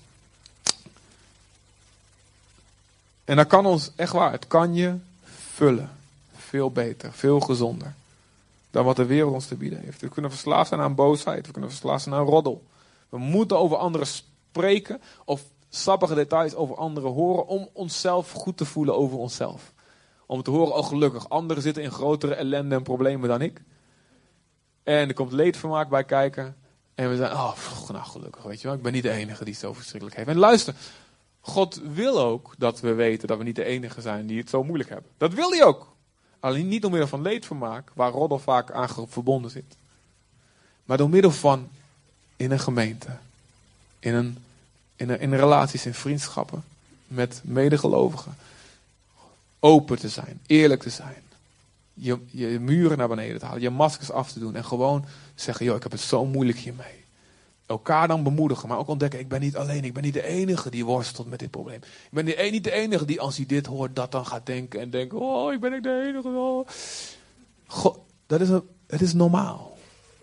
En dat kan ons, echt waar, het kan je vullen. Veel beter, veel gezonder. Dan wat de wereld ons te bieden heeft. We kunnen verslaafd zijn aan boosheid. We kunnen verslaafd zijn aan roddel. We moeten over anderen spreken. Of sappige details over anderen horen. Om onszelf goed te voelen over onszelf. Om te horen, gelukkig. Anderen zitten in grotere ellende en problemen dan ik. En er komt leedvermaak bij kijken. En we zijn, gelukkig, weet je wel. Ik ben niet de enige die het zo verschrikkelijk heeft. En luister, God wil ook dat we weten dat we niet de enige zijn die het zo moeilijk hebben. Dat wil hij ook. Alleen niet door middel van leedvermaak, waar roddel vaak aan verbonden zit. Maar door middel van in een gemeente. In relaties, in vriendschappen. Met medegelovigen. Open te zijn, eerlijk te zijn. Je muren naar beneden te halen, je maskers af te doen. En gewoon zeggen, ik heb het zo moeilijk hiermee. Elkaar dan bemoedigen, maar ook ontdekken, ik ben niet alleen. Ik ben niet de enige die worstelt met dit probleem. Ik ben niet de enige die als hij dit hoort, dat dan gaat denken. En denken, ik ben niet de enige. Oh. God, het is normaal.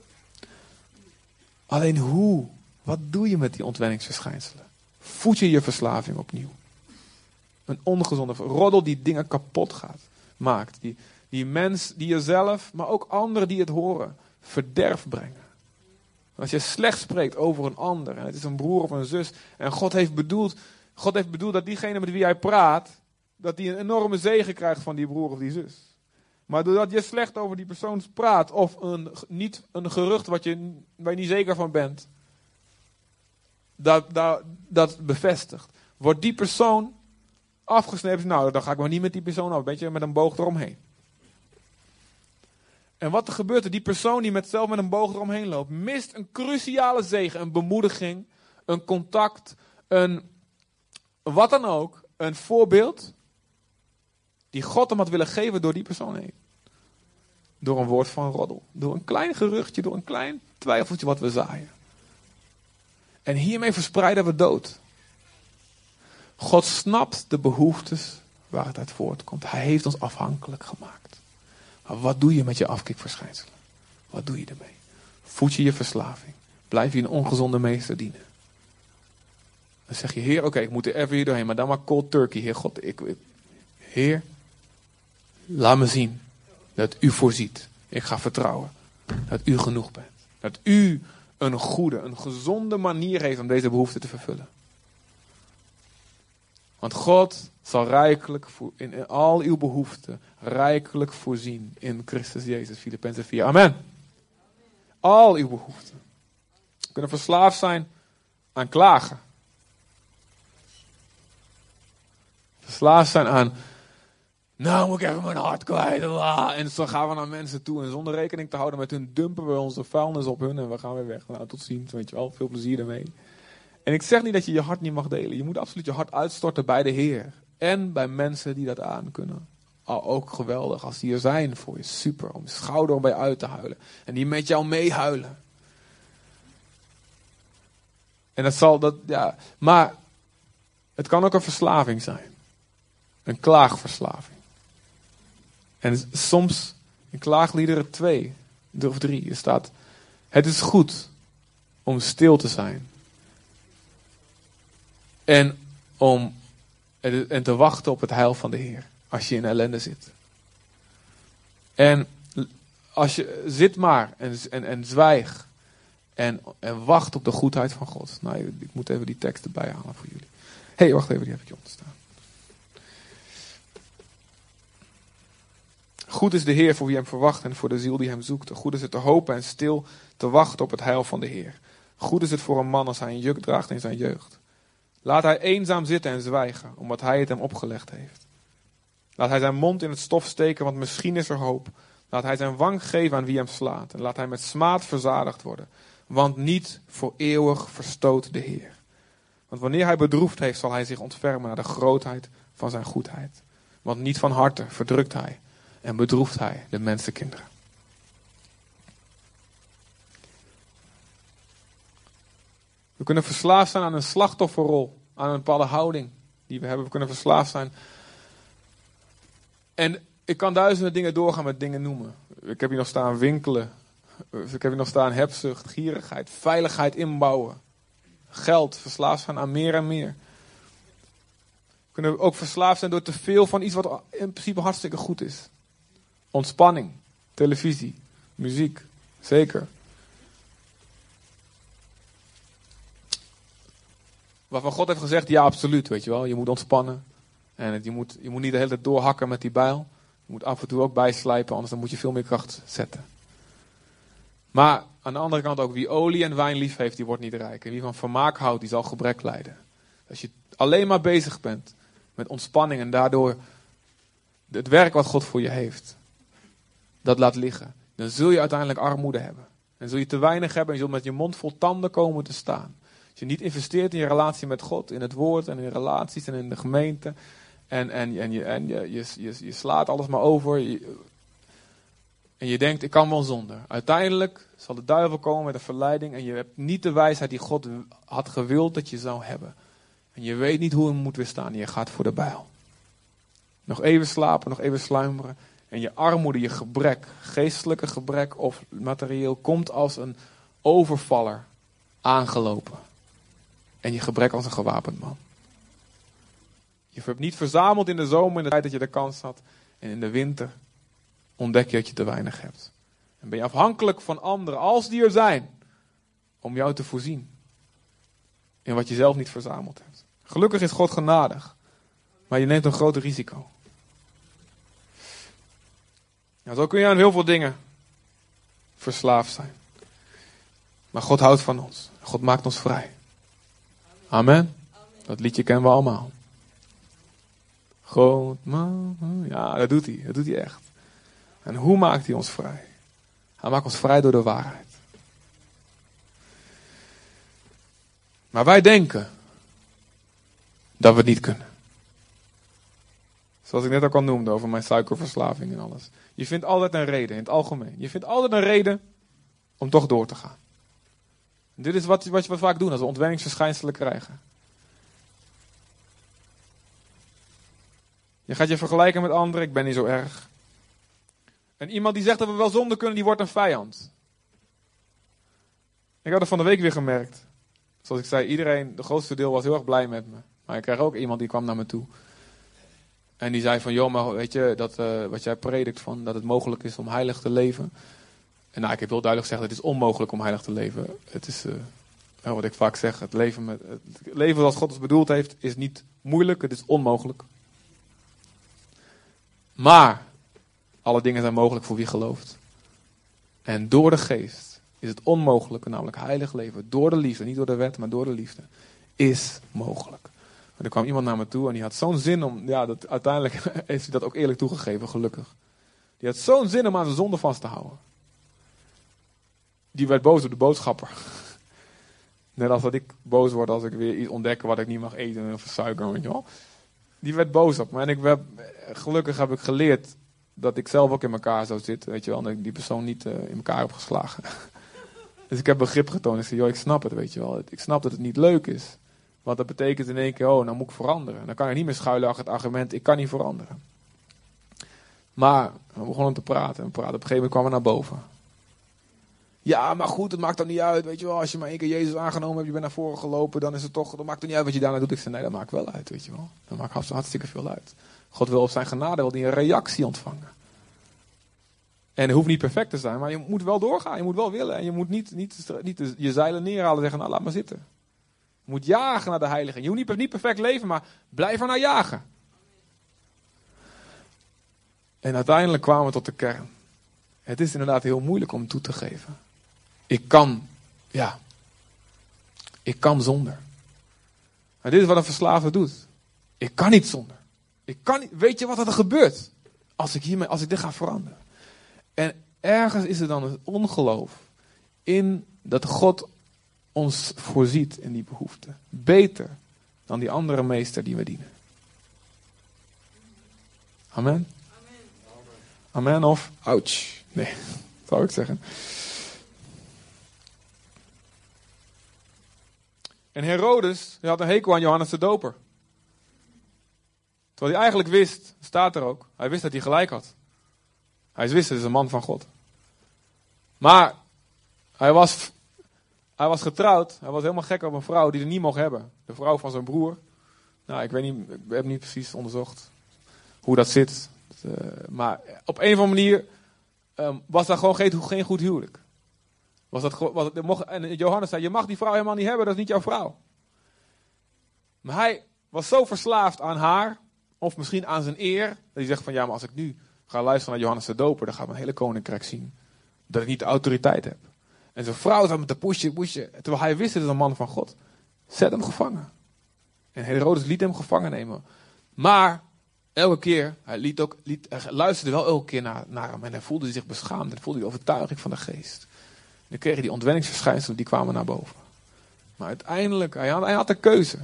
Alleen hoe? Wat doe je met die ontwenningsverschijnselen? Voed je verslaving opnieuw? Een ongezonde roddel die dingen kapot maakt. Die mens, die jezelf, maar ook anderen die het horen, verderf brengen. Als je slecht spreekt over een ander, en het is een broer of een zus, en God heeft bedoeld dat diegene met wie hij praat, dat die een enorme zegen krijgt van die broer of die zus. Maar doordat je slecht over die persoon praat, of een gerucht waar je niet zeker van bent, dat bevestigt, wordt die persoon afgesneden. Nou, dan ga ik maar niet met die persoon af. Een beetje met een boog eromheen. En wat er gebeurt, die persoon die zelf met een boog eromheen loopt, mist een cruciale zegen, een bemoediging, een contact, wat dan ook, een voorbeeld die God hem had willen geven door die persoon heen. Door een woord van roddel. Door een klein geruchtje, door een klein twijfeltje wat we zaaien. En hiermee verspreiden we dood. God snapt de behoeftes waar het uit voortkomt. Hij heeft ons afhankelijk gemaakt. Maar wat doe je met je afkikverschijnselen? Wat doe je ermee? Voed je verslaving? Blijf je een ongezonde meester dienen? Dan zeg je, Heer, oké, ik moet er even hier doorheen, maar dan maar cold turkey. Heer God, Heer, laat me zien dat u voorziet. Ik ga vertrouwen dat u genoeg bent. Dat u een goede, een gezonde manier heeft om deze behoefte te vervullen. Want God zal rijkelijk in al uw behoeften rijkelijk voorzien in Christus Jezus. Filippenzen 4. Amen. Al uw behoeften. kunnen verslaafd zijn aan klagen. Verslaafd zijn aan, nou moet ik even mijn hart kwijt. En zo gaan we naar mensen toe. En zonder rekening te houden met hun dumpen we onze vuilnis op hun. En we gaan weer weg. Nou, tot ziens, weet je wel. Veel plezier ermee. En ik zeg niet dat je je hart niet mag delen. Je moet absoluut je hart uitstorten bij de Heer. En bij mensen die dat aan kunnen. Ook geweldig als die er zijn voor je. Super. Om je schouder bij uit te huilen. En die met jou meehuilen. En dat zal dat, ja. Maar het kan ook een verslaving zijn. Een klaagverslaving. En soms in Klaagliederen 2 of 3 staat: het is goed om stil te zijn. En te wachten op het heil van de Heer. Als je in ellende zit. En als je zit maar en zwijg. En wacht op de goedheid van God. Nou, ik moet even die tekst erbij halen voor jullie. Hé, wacht even, die heb ik je onderstaan. Goed is de Heer voor wie hem verwacht en voor de ziel die hem zoekt. Goed is het te hopen en stil te wachten op het heil van de Heer. Goed is het voor een man als hij een juk draagt in zijn jeugd. Laat hij eenzaam zitten en zwijgen, omdat hij het hem opgelegd heeft. Laat hij zijn mond in het stof steken, want misschien is er hoop. Laat hij zijn wang geven aan wie hem slaat. En laat hij met smaad verzadigd worden. Want niet voor eeuwig verstoot de Heer. Want wanneer hij bedroefd heeft, zal hij zich ontfermen naar de grootheid van zijn goedheid. Want niet van harte verdrukt hij en bedroeft hij de mensenkinderen. We kunnen verslaafd zijn aan een slachtofferrol, aan een bepaalde houding die we hebben. We kunnen verslaafd zijn. En ik kan duizenden dingen doorgaan met dingen noemen. Ik heb hier nog staan winkelen. Ik heb hier nog staan hebzucht, gierigheid, veiligheid inbouwen. Geld, verslaafd zijn aan meer en meer. We kunnen ook verslaafd zijn door te veel van iets wat in principe hartstikke goed is. Ontspanning, televisie, muziek, zeker. Waarvan God heeft gezegd, ja absoluut, weet je wel. Je moet ontspannen. En je moet niet de hele tijd doorhakken met die bijl. Je moet af en toe ook bijslijpen, anders dan moet je veel meer kracht zetten. Maar aan de andere kant ook, wie olie en wijn lief heeft, die wordt niet rijk. En wie van vermaak houdt, die zal gebrek lijden. Als je alleen maar bezig bent met ontspanning en daardoor het werk wat God voor je heeft, dat laat liggen, dan zul je uiteindelijk armoede hebben. En zul je te weinig hebben en zul met je mond vol tanden komen te staan. Als je niet investeert in je relatie met God, in het woord en in relaties en in de gemeente. En je slaat alles maar over. En je denkt, ik kan wel zonder. Uiteindelijk zal de duivel komen met een verleiding. En je hebt niet de wijsheid die God had gewild dat je zou hebben. En je weet niet hoe je moet weerstaan. En je gaat voor de bijl. Nog even slapen, nog even sluimeren. En je armoede, je gebrek, geestelijke gebrek of materieel, komt als een overvaller aangelopen. En je gebrek als een gewapend man. Je hebt niet verzameld in de zomer in de tijd dat je de kans had. En in de winter ontdek je dat je te weinig hebt. En ben je afhankelijk van anderen, als die er zijn, om jou te voorzien. In wat je zelf niet verzameld hebt. Gelukkig is God genadig. Maar je neemt een groot risico. Nou, zo kun je aan heel veel dingen verslaafd zijn. Maar God houdt van ons. God maakt ons vrij. Amen. Dat liedje kennen we allemaal. Groot man. Ja, dat doet hij. Dat doet hij echt. En hoe maakt hij ons vrij? Hij maakt ons vrij door de waarheid. Maar wij denken dat we het niet kunnen. Zoals ik net ook al noemde over mijn suikerverslaving en alles. Je vindt altijd een reden in het algemeen. Je vindt altijd een reden om toch door te gaan. En dit is wat we vaak doen als we ontwenningsverschijnselen krijgen. Je gaat je vergelijken met anderen, ik ben niet zo erg. En iemand die zegt dat we wel zonde kunnen, die wordt een vijand. Ik had het van de week weer gemerkt. Zoals ik zei, iedereen, de grootste deel was heel erg blij met me. Maar ik kreeg ook iemand die kwam naar me toe. En die zei van, joh, maar weet je, dat wat jij predikt van dat het mogelijk is om heilig te leven. En nou, ik heb heel duidelijk gezegd, het is onmogelijk om heilig te leven. Het is, wat ik vaak zeg, het leven zoals God het bedoeld heeft, is niet moeilijk, het is onmogelijk. Maar alle dingen zijn mogelijk voor wie gelooft. En door de geest is het onmogelijke, namelijk heilig leven, door de liefde, niet door de wet, maar door de liefde, is mogelijk. En er kwam iemand naar me toe en die had zo'n zin om, uiteindelijk heeft hij dat ook eerlijk toegegeven, gelukkig. Die had zo'n zin om aan zijn zonde vast te houden. Die werd boos op de boodschapper. Net als dat ik boos word als ik weer iets ontdek wat ik niet mag eten of suiker, weet je wel. Die werd boos op me. En gelukkig heb ik geleerd dat ik zelf ook in elkaar zou zitten, weet je wel. En dat ik die persoon niet in elkaar heb geslagen. Dus ik heb begrip getoond. Ik zei, joh, ik snap het, weet je wel. Ik snap dat het niet leuk is. Want dat betekent in één keer, nou moet ik veranderen. Dan kan ik niet meer schuilen achter het argument, ik kan niet veranderen. Maar we begonnen te praten. Op een gegeven moment kwamen we naar boven. Ja, maar goed, het maakt dan niet uit, weet je wel. Als je maar één keer Jezus aangenomen hebt, je bent naar voren gelopen, dan is het toch, dan maakt het niet uit wat je daarna doet. Ik zei, nee, dat maakt wel uit, weet je wel. Dat maakt hartstikke veel uit. God wil op zijn genade, wil die een reactie ontvangen. En het hoeft niet perfect te zijn, maar je moet wel doorgaan. Je moet wel willen. En je moet niet je zeilen neerhalen en zeggen, nou laat maar zitten. Je moet jagen naar de heilige. Je hoeft niet perfect leven, maar blijf er naar jagen. En uiteindelijk kwamen we tot de kern. Het is inderdaad heel moeilijk om toe te geven. Ik kan zonder. En dit is wat een verslaafde doet. Ik kan niet zonder. Weet je wat er gebeurt als ik dit ga veranderen? En ergens is er dan het ongeloof in dat God ons voorziet in die behoefte. Beter dan die andere meester die we dienen. Amen? Amen of ouch. Nee, zou ik zeggen. En Herodes, die had een hekel aan Johannes de Doper. Terwijl hij eigenlijk wist, staat er ook, hij wist dat hij gelijk had. Hij wist, het is een man van God. Maar hij was getrouwd, hij was helemaal gek op een vrouw die hij niet mocht hebben. De vrouw van zijn broer. Nou, ik weet niet, ik heb niet precies onderzocht hoe dat zit. Maar op een of andere manier was dat gewoon geen goed huwelijk. En Johannes zei, je mag die vrouw helemaal niet hebben, dat is niet jouw vrouw. Maar hij was zo verslaafd aan haar, of misschien aan zijn eer, dat hij zegt van ja, maar als ik nu ga luisteren naar Johannes de Doper, dan gaat mijn hele koninkrijk zien dat ik niet de autoriteit heb. En zijn vrouw zat met te pushen, terwijl hij wist, het is een man van God. Zet hem gevangen. En Herodes liet hem gevangen nemen. Maar elke keer, hij luisterde wel elke keer naar hem en hij voelde zich beschaamd en voelde die overtuiging van de geest. En dan kreeg hij die ontwenningsverschijnselen, die kwamen naar boven. Maar uiteindelijk, hij had een keuze.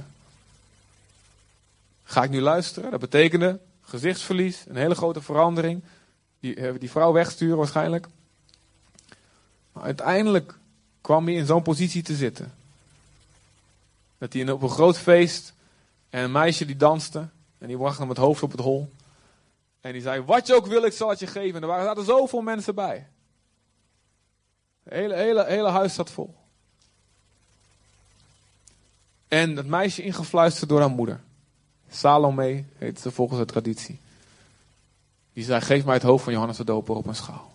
Ga ik nu luisteren? Dat betekende gezichtsverlies, een hele grote verandering. Die vrouw wegsturen waarschijnlijk. Maar uiteindelijk kwam hij in zo'n positie te zitten. Dat hij op een groot feest en een meisje die danste. En die bracht hem het hoofd op het hol. En die zei, wat je ook wil, ik zal het je geven. En er zaten zoveel mensen bij. Het hele huis zat vol. En het meisje ingefluisterd door haar moeder. Salome heet ze volgens de traditie. Die zei, geef mij het hoofd van Johannes de Doper op een schaal.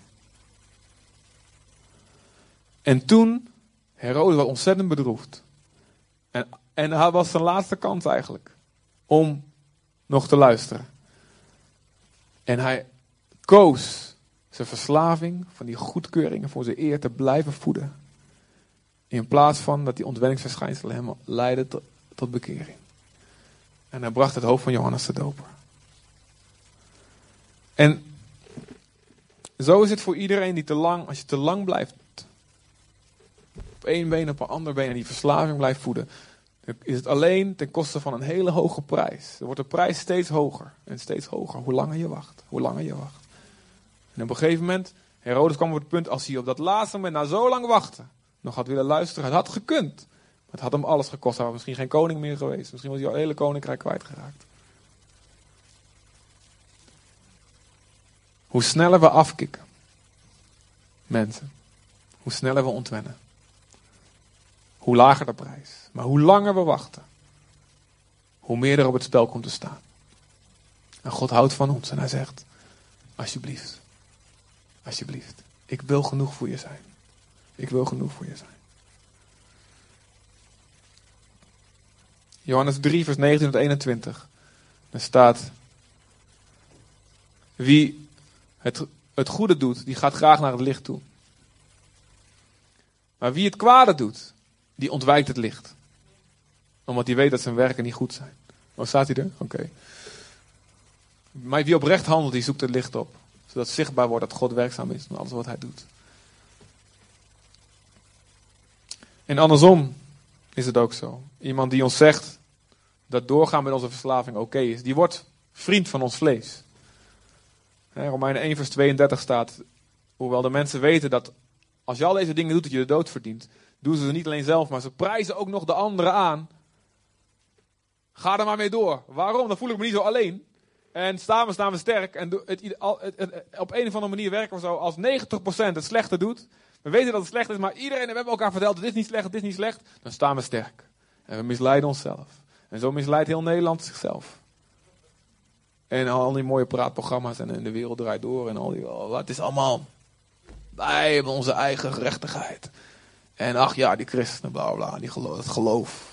En toen, Herodes was ontzettend bedroefd. En hij was zijn laatste kans eigenlijk. Om nog te luisteren. En hij koos zijn verslaving van die goedkeuringen voor zijn eer te blijven voeden. In plaats van dat die ontwenningsverschijnselen hem leidden tot bekering. En hij bracht het hoofd van Johannes de Doper. En zo is het voor iedereen die als je te lang blijft op één been, op een ander been en die verslaving blijft voeden, dan is het alleen ten koste van een hele hoge prijs. Dan wordt de prijs steeds hoger en steeds hoger, hoe langer je wacht. En op een gegeven moment, Herodes kwam op het punt, als hij op dat laatste moment, na zo lang wachten, nog had willen luisteren, het had gekund. Maar het had hem alles gekost. Hij was misschien geen koning meer geweest. Misschien was hij al het hele koninkrijk kwijtgeraakt. Hoe sneller we afkicken, mensen, hoe sneller we ontwennen. Hoe lager de prijs. Maar hoe langer we wachten, hoe meer er op het spel komt te staan. En God houdt van ons en hij zegt, alsjeblieft, ik wil genoeg voor je zijn. Ik wil genoeg voor je zijn. Johannes 3 vers 19 tot 21. Daar staat, wie het goede doet, die gaat graag naar het licht toe. Maar wie het kwade doet, die ontwijkt het licht. Omdat hij weet dat zijn werken niet goed zijn. Oh, staat hij er? Oké. Maar wie oprecht handelt, die zoekt het licht op. Zodat zichtbaar wordt dat God werkzaam is in alles wat hij doet. En andersom is het ook zo. Iemand die ons zegt dat doorgaan met onze verslaving oké is, die wordt vriend van ons vlees. Romeinen 1 vers 32 staat, hoewel de mensen weten dat als je al deze dingen doet dat je de dood verdient, doen ze niet alleen zelf, maar ze prijzen ook nog de anderen aan. Ga er maar mee door. Waarom? Dan voel ik me niet zo alleen. En staan we sterk. En op een of andere manier werken we zo als 90% het slechte doet. We weten dat het slecht is, maar iedereen, we hebben elkaar verteld, het is niet slecht, het is niet slecht. Dan staan we sterk. En we misleiden onszelf. En zo misleidt heel Nederland zichzelf. En al die mooie praatprogramma's en de wereld draait door. En al die, het is allemaal, wij hebben onze eigen gerechtigheid. En ach ja, die christenen, bla bla, het geloof.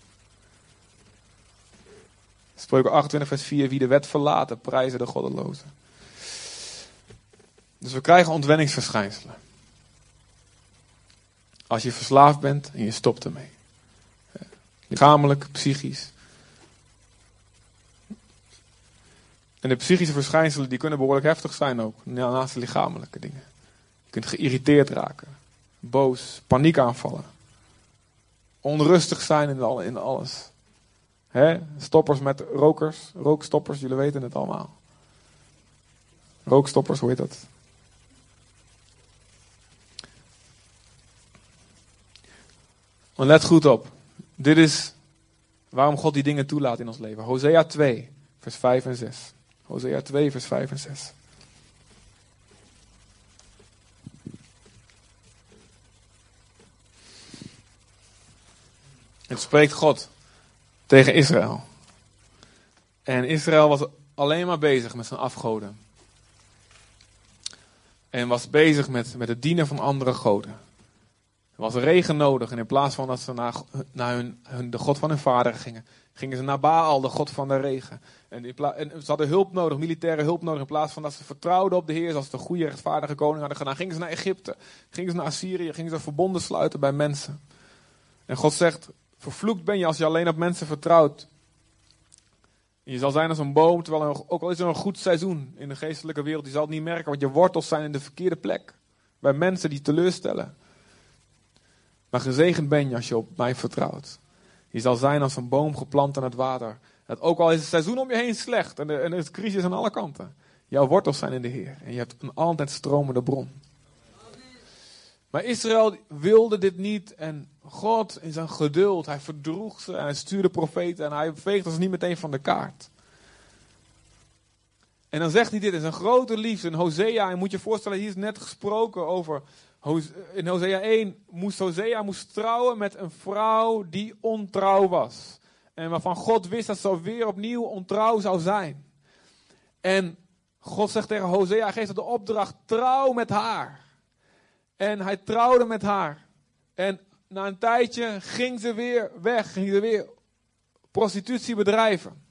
Spreuken 28 vers 4, wie de wet verlaten, prijzen de goddelozen. Dus we krijgen ontwenningsverschijnselen. Als je verslaafd bent en je stopt ermee. Lichamelijk, psychisch. En de psychische verschijnselen die kunnen behoorlijk heftig zijn ook. Naast de lichamelijke dingen. Je kunt geïrriteerd raken. Boos, paniekaanvallen. Onrustig zijn in alles. Stoppers met rokers. Rookstoppers, jullie weten het allemaal. Rookstoppers, hoe heet dat? En let goed op. Dit is waarom God die dingen toelaat in ons leven. Hosea 2, vers 5 en 6. Hosea 2, vers 5 en 6. Het spreekt God tegen Israël. En Israël was alleen maar bezig met zijn afgoden. En was bezig met het dienen van andere goden. Er was regen nodig en in plaats van dat ze naar de God van hun vader gingen, gingen ze naar Baal, de God van de regen. En ze hadden hulp nodig, militaire hulp nodig. In plaats van dat ze vertrouwden op de Heer, zoals de goede rechtvaardige koning hadden gedaan, gingen ze naar Egypte, gingen ze naar Assyrië, gingen ze verbonden sluiten bij mensen. En God zegt, vervloekt ben je als je alleen op mensen vertrouwt. En je zal zijn als een boom, terwijl ook al is er een goed seizoen in de geestelijke wereld, je zal het niet merken, want je wortels zijn in de verkeerde plek. Bij mensen die teleurstellen. Maar gezegend ben je als je op mij vertrouwt. Je zal zijn als een boom geplant aan het water. Dat ook al is het seizoen om je heen slecht en er is crisis aan alle kanten. Jouw wortels zijn in de Heer. En je hebt een altijd stromende bron. Maar Israël wilde dit niet. En God in zijn geduld, hij verdroeg ze. En hij stuurde profeten. En hij veegde ze niet meteen van de kaart. En dan zegt hij dit in zijn grote liefde. In Hosea, en moet je voorstellen, hier is net gesproken over. In Hosea 1 moest Hosea trouwen met een vrouw die ontrouw was. En waarvan God wist dat ze weer opnieuw ontrouw zou zijn. En God zegt tegen Hosea, hij geeft de opdracht, trouw met haar. En hij trouwde met haar. En na een tijdje ging ze weer weg, ging ze weer prostitutie bedrijven.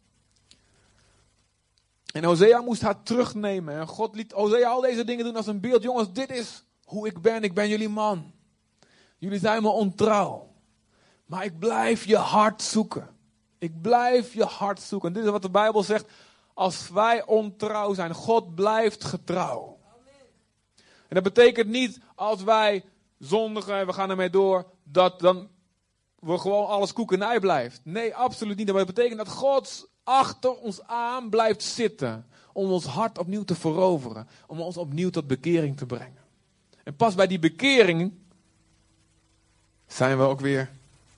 En Hosea moest haar terugnemen. En God liet Hosea al deze dingen doen als een beeld. Jongens, dit is hoe ik ben jullie man. Jullie zijn me ontrouw. Maar ik blijf je hart zoeken. Ik blijf je hart zoeken. En dit is wat de Bijbel zegt. Als wij ontrouw zijn, God blijft getrouw. En dat betekent niet als wij zondigen en we gaan ermee door, dat dan we gewoon alles koekenij blijft. Nee, absoluut niet. Dat betekent dat God achter ons aan blijft zitten. Om ons hart opnieuw te veroveren. Om ons opnieuw tot bekering te brengen. En pas bij die bekering zijn we ook weer.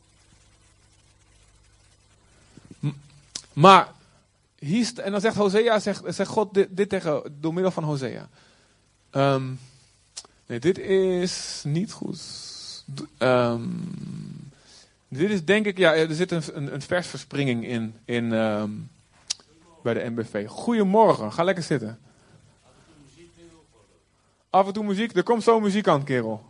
Maar hier, en dan zegt Hosea, zegt God dit tegen, door middel van Hosea. Nee, dit is niet goed. Dit is denk ik, ja, er zit een versverspringing in bij de MBV. Goedemorgen, ga lekker zitten. Af en toe muziek, er komt zo muziek aan, kerel.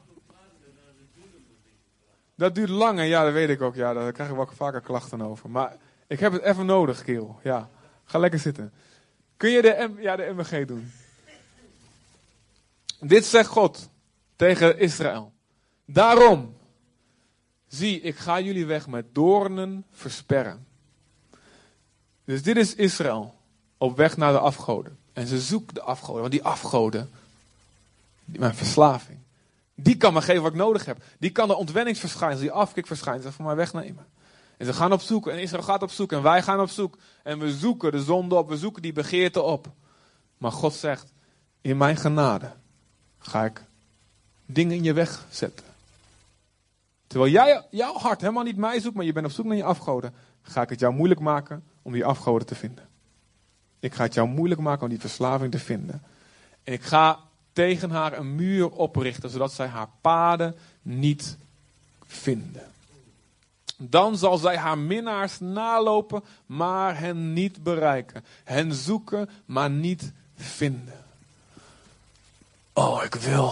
Dat duurt lang, en ja, dat weet ik ook. Ja, daar krijg ik wel vaker klachten over. Maar ik heb het even nodig, kerel. Ja, ga lekker zitten. Kun je de MBG doen? Dit zegt God tegen Israël. Daarom, zie, ik ga jullie weg met doornen versperren. Dus dit is Israël op weg naar de afgoden. En ze zoeken de afgoden, want die afgoden, mijn verslaving, die kan me geven wat ik nodig heb. Die kan de ontwenningsverschijnselen, die afkikverschijnselen van mij wegnemen. En ze gaan op zoek en Israël gaat op zoek en wij gaan op zoek. En we zoeken de zonde op, we zoeken die begeerte op. Maar God zegt, in mijn genade ga ik dingen in je weg zetten. Terwijl jij jouw hart helemaal niet mij zoekt, maar je bent op zoek naar je afgoden, ga ik het jou moeilijk maken om die afgoden te vinden. Ik ga het jou moeilijk maken om die verslaving te vinden. En ik ga tegen haar een muur oprichten, zodat zij haar paden niet vinden. Dan zal zij haar minnaars nalopen, maar hen niet bereiken. Hen zoeken, maar niet vinden. Oh,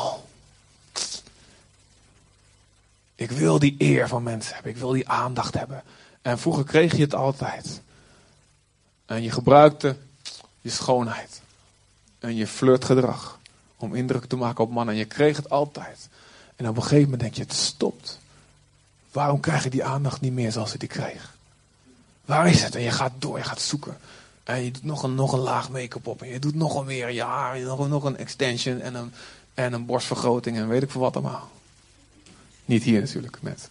ik wil die eer van mensen hebben. Ik wil die aandacht hebben. En vroeger kreeg je het altijd. En je gebruikte je schoonheid. En je flirtgedrag. Om indruk te maken op mannen. En je kreeg het altijd. En op een gegeven moment denk je, het stopt. Waarom krijg je die aandacht niet meer zoals je die kreeg? Waar is het? En je gaat door, je gaat zoeken. En je doet nog een laag make-up op. En je doet nog een meer je haar. Nog een extension en een borstvergroting. En weet ik veel wat allemaal. Niet hier natuurlijk, net.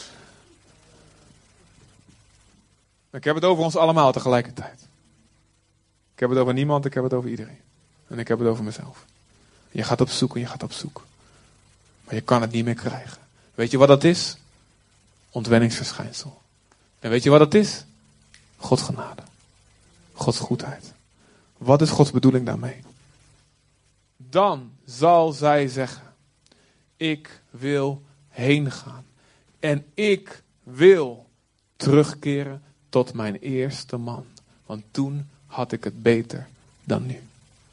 Ik heb het over ons allemaal tegelijkertijd. Ik heb het over niemand, ik heb het over iedereen. En ik heb het over mezelf. Je gaat op zoek en je gaat op zoek. Maar je kan het niet meer krijgen. Weet je wat dat is? Ontwenningsverschijnsel. En weet je wat dat is? Gods genade. Gods goedheid. Wat is Gods bedoeling daarmee? Dan zal zij zeggen, ik wil heen gaan. En ik wil terugkeren tot mijn eerste man. Want toen had ik het beter dan nu.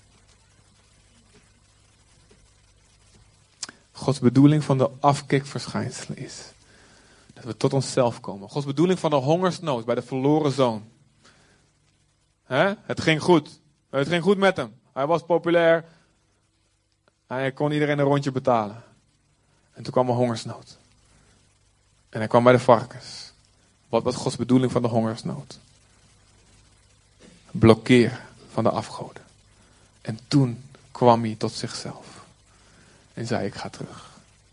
Gods bedoeling van de afkikverschijnselen is dat we tot onszelf komen. Gods bedoeling van de hongersnood bij de verloren zoon. Het ging goed. Het ging goed met hem. Hij was populair. Hij kon iedereen een rondje betalen. En toen kwam een hongersnood. En hij kwam bij de varkens. Wat was Gods bedoeling van de hongersnood? Blokkeren van de afgoden. En toen kwam hij tot zichzelf. En zei, ik ga terug.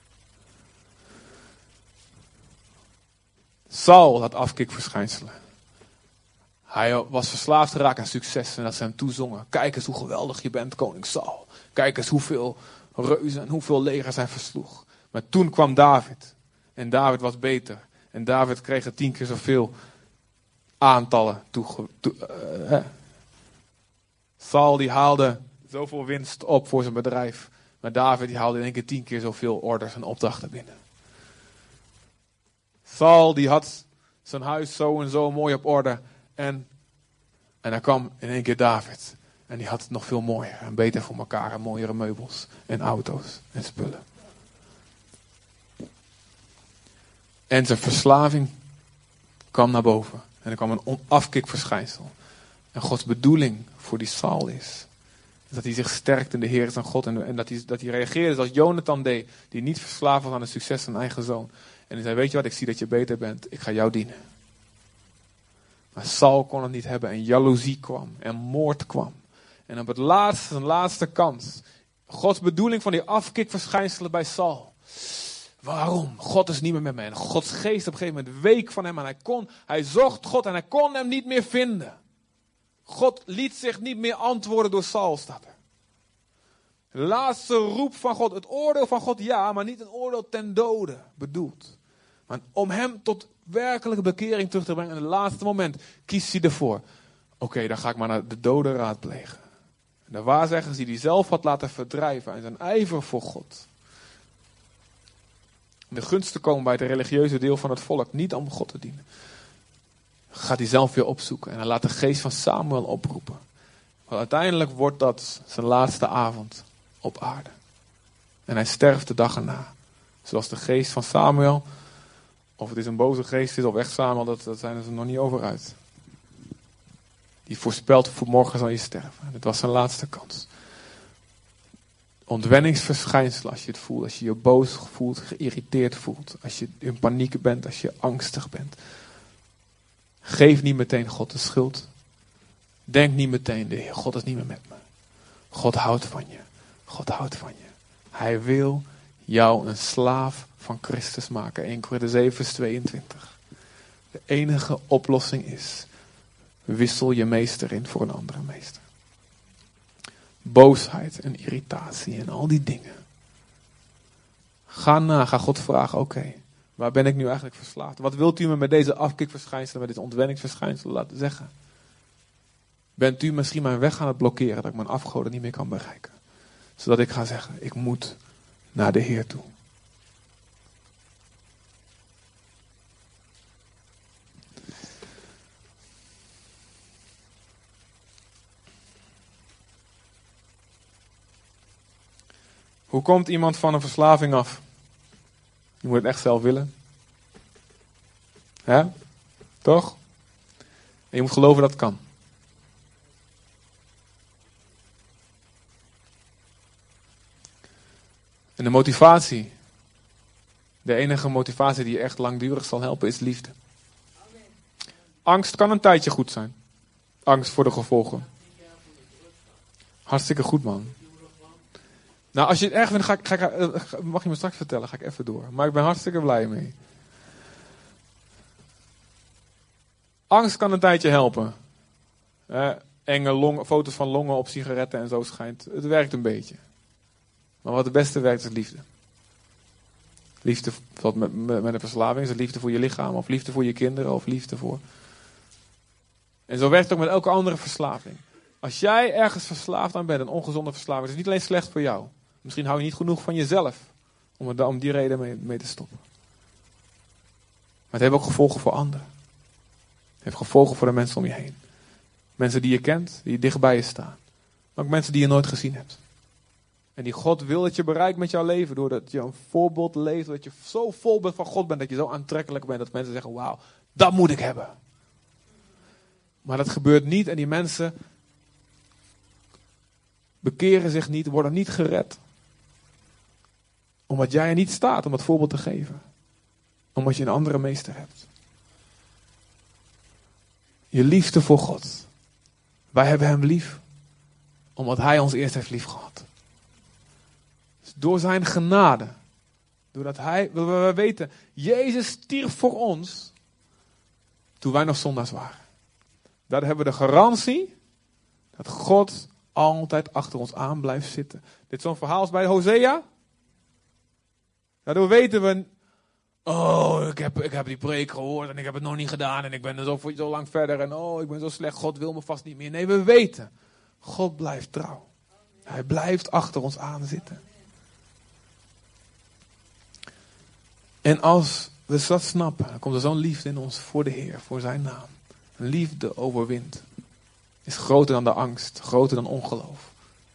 Saul had afkikverschijnselen. Hij was verslaafd geraakt aan succes en dat ze hem toezongen. Kijk eens hoe geweldig je bent, koning Saul. Kijk eens hoeveel reuzen en hoeveel legers hij versloeg. Maar toen kwam David. En David was beter. En David kreeg er 10 keer zoveel aantallen Saul die haalde zoveel winst op voor zijn bedrijf. Maar David die haalde in één keer 10 keer zoveel orders en opdrachten binnen. Saul die had zijn huis zo en zo mooi op orde. En dan kwam in één keer David. En die had het nog veel mooier en beter voor elkaar. En mooiere meubels en auto's en spullen. En zijn verslaving kwam naar boven. En er kwam een afkikverschijnsel. En Gods bedoeling voor die Saul is dat hij zich sterkt in de Heer zijn God. En dat hij reageerde zoals Jonathan deed. Die niet verslaafd was aan het succes van zijn eigen zoon. En hij zei, weet je wat, ik zie dat je beter bent. Ik ga jou dienen. Maar Saul kon het niet hebben. En jaloezie kwam. En moord kwam. En op het laatste, zijn laatste kans. Gods bedoeling van die afkikverschijnselen bij Saul. Waarom? God is niet meer met mij. En Gods geest op een gegeven moment week van hem. En hij zocht God en hij kon hem niet meer vinden. God liet zich niet meer antwoorden door Saul, staat er. De laatste roep van God. Het oordeel van God, ja, maar niet een oordeel ten dode bedoeld. Maar om hem tot werkelijke bekering terug te brengen. In het laatste moment kiest hij ervoor. Oké, dan ga ik maar naar de doden raadplegen. De waarzeggers die hij zelf had laten verdrijven. En zijn ijver voor God. De gunst te komen bij het religieuze deel van het volk. Niet om God te dienen. Gaat hij zelf weer opzoeken. En hij laat de geest van Samuel oproepen. Want uiteindelijk wordt dat zijn laatste avond op aarde. En hij sterft de dag erna. Zoals de geest van Samuel. Of het is een boze geest is of echt Samuel. Dat zijn ze nog niet over uit. Die voorspelt voor morgen zal je sterven. Dit was zijn laatste kans. ontwenningsverschijnselen, als je het voelt, als je je boos voelt, geïrriteerd voelt, als je in paniek bent, als je angstig bent. Geef niet meteen God de schuld. Denk niet meteen, de Heer God is niet meer met me. God houdt van je. God houdt van je. Hij wil jou een slaaf van Christus maken. 1 Korinther 7 vers 22. De enige oplossing is, wissel je meester in voor een andere meester. Boosheid en irritatie en al die dingen. Ga God vragen, oké, waar ben ik nu eigenlijk verslaafd? Wat wilt u me met deze afkikverschijnselen, met dit ontwenningsverschijnselen laten zeggen? Bent u misschien mijn weg aan het blokkeren, dat ik mijn afgoden niet meer kan bereiken? Zodat ik ga zeggen, ik moet naar de Heer toe. Hoe komt iemand van een verslaving af? Je moet het echt zelf willen. Ja? Toch? En je moet geloven dat het kan. En de motivatie, de enige motivatie die je echt langdurig zal helpen, is liefde. Angst kan een tijdje goed zijn. Angst voor de gevolgen. Hartstikke goed, man. Nou, als je het erg vindt, mag je me straks vertellen, ga ik even door. Maar ik ben hartstikke blij mee. Angst kan een tijdje helpen. Enge foto's van longen op sigaretten en zo schijnt. Het werkt een beetje. Maar wat het beste werkt is liefde. Liefde wat met een verslaving is het liefde voor je lichaam, of liefde voor je kinderen, of liefde voor... En zo werkt het ook met elke andere verslaving. Als jij ergens verslaafd aan bent, een ongezonde verslaving, is het niet alleen slecht voor jou. Misschien hou je niet genoeg van jezelf om die reden mee te stoppen. Maar het heeft ook gevolgen voor anderen. Het heeft gevolgen voor de mensen om je heen. Mensen die je kent, die dichtbij je staan. Maar ook mensen die je nooit gezien hebt. En die God wil dat je bereikt met jouw leven. Doordat je een voorbeeld leeft. Dat je zo vol bent van God bent. Dat je zo aantrekkelijk bent. Dat mensen zeggen, wauw, dat moet ik hebben. Maar dat gebeurt niet. En die mensen bekeren zich niet. Worden niet gered. Omdat jij er niet staat om dat voorbeeld te geven. Omdat je een andere meester hebt. Je liefde voor God. Wij hebben hem lief. Omdat hij ons eerst heeft lief gehad. Door zijn genade. Doordat we weten, Jezus stierf voor ons. Toen wij nog zondaars waren. Daar hebben we de garantie. Dat God altijd achter ons aan blijft zitten. Dit zo'n verhaal als bij Hosea. Daardoor weten we. Oh, ik heb die preek gehoord. En ik heb het nog niet gedaan. En ik ben er zo lang verder. En oh, ik ben zo slecht. God wil me vast niet meer. Nee, we weten. God blijft trouw. Hij blijft achter ons aan zitten. En als we dat snappen, dan komt er zo'n liefde in ons voor de Heer, voor zijn naam. Een liefde overwint. Is groter dan de angst, groter dan ongeloof.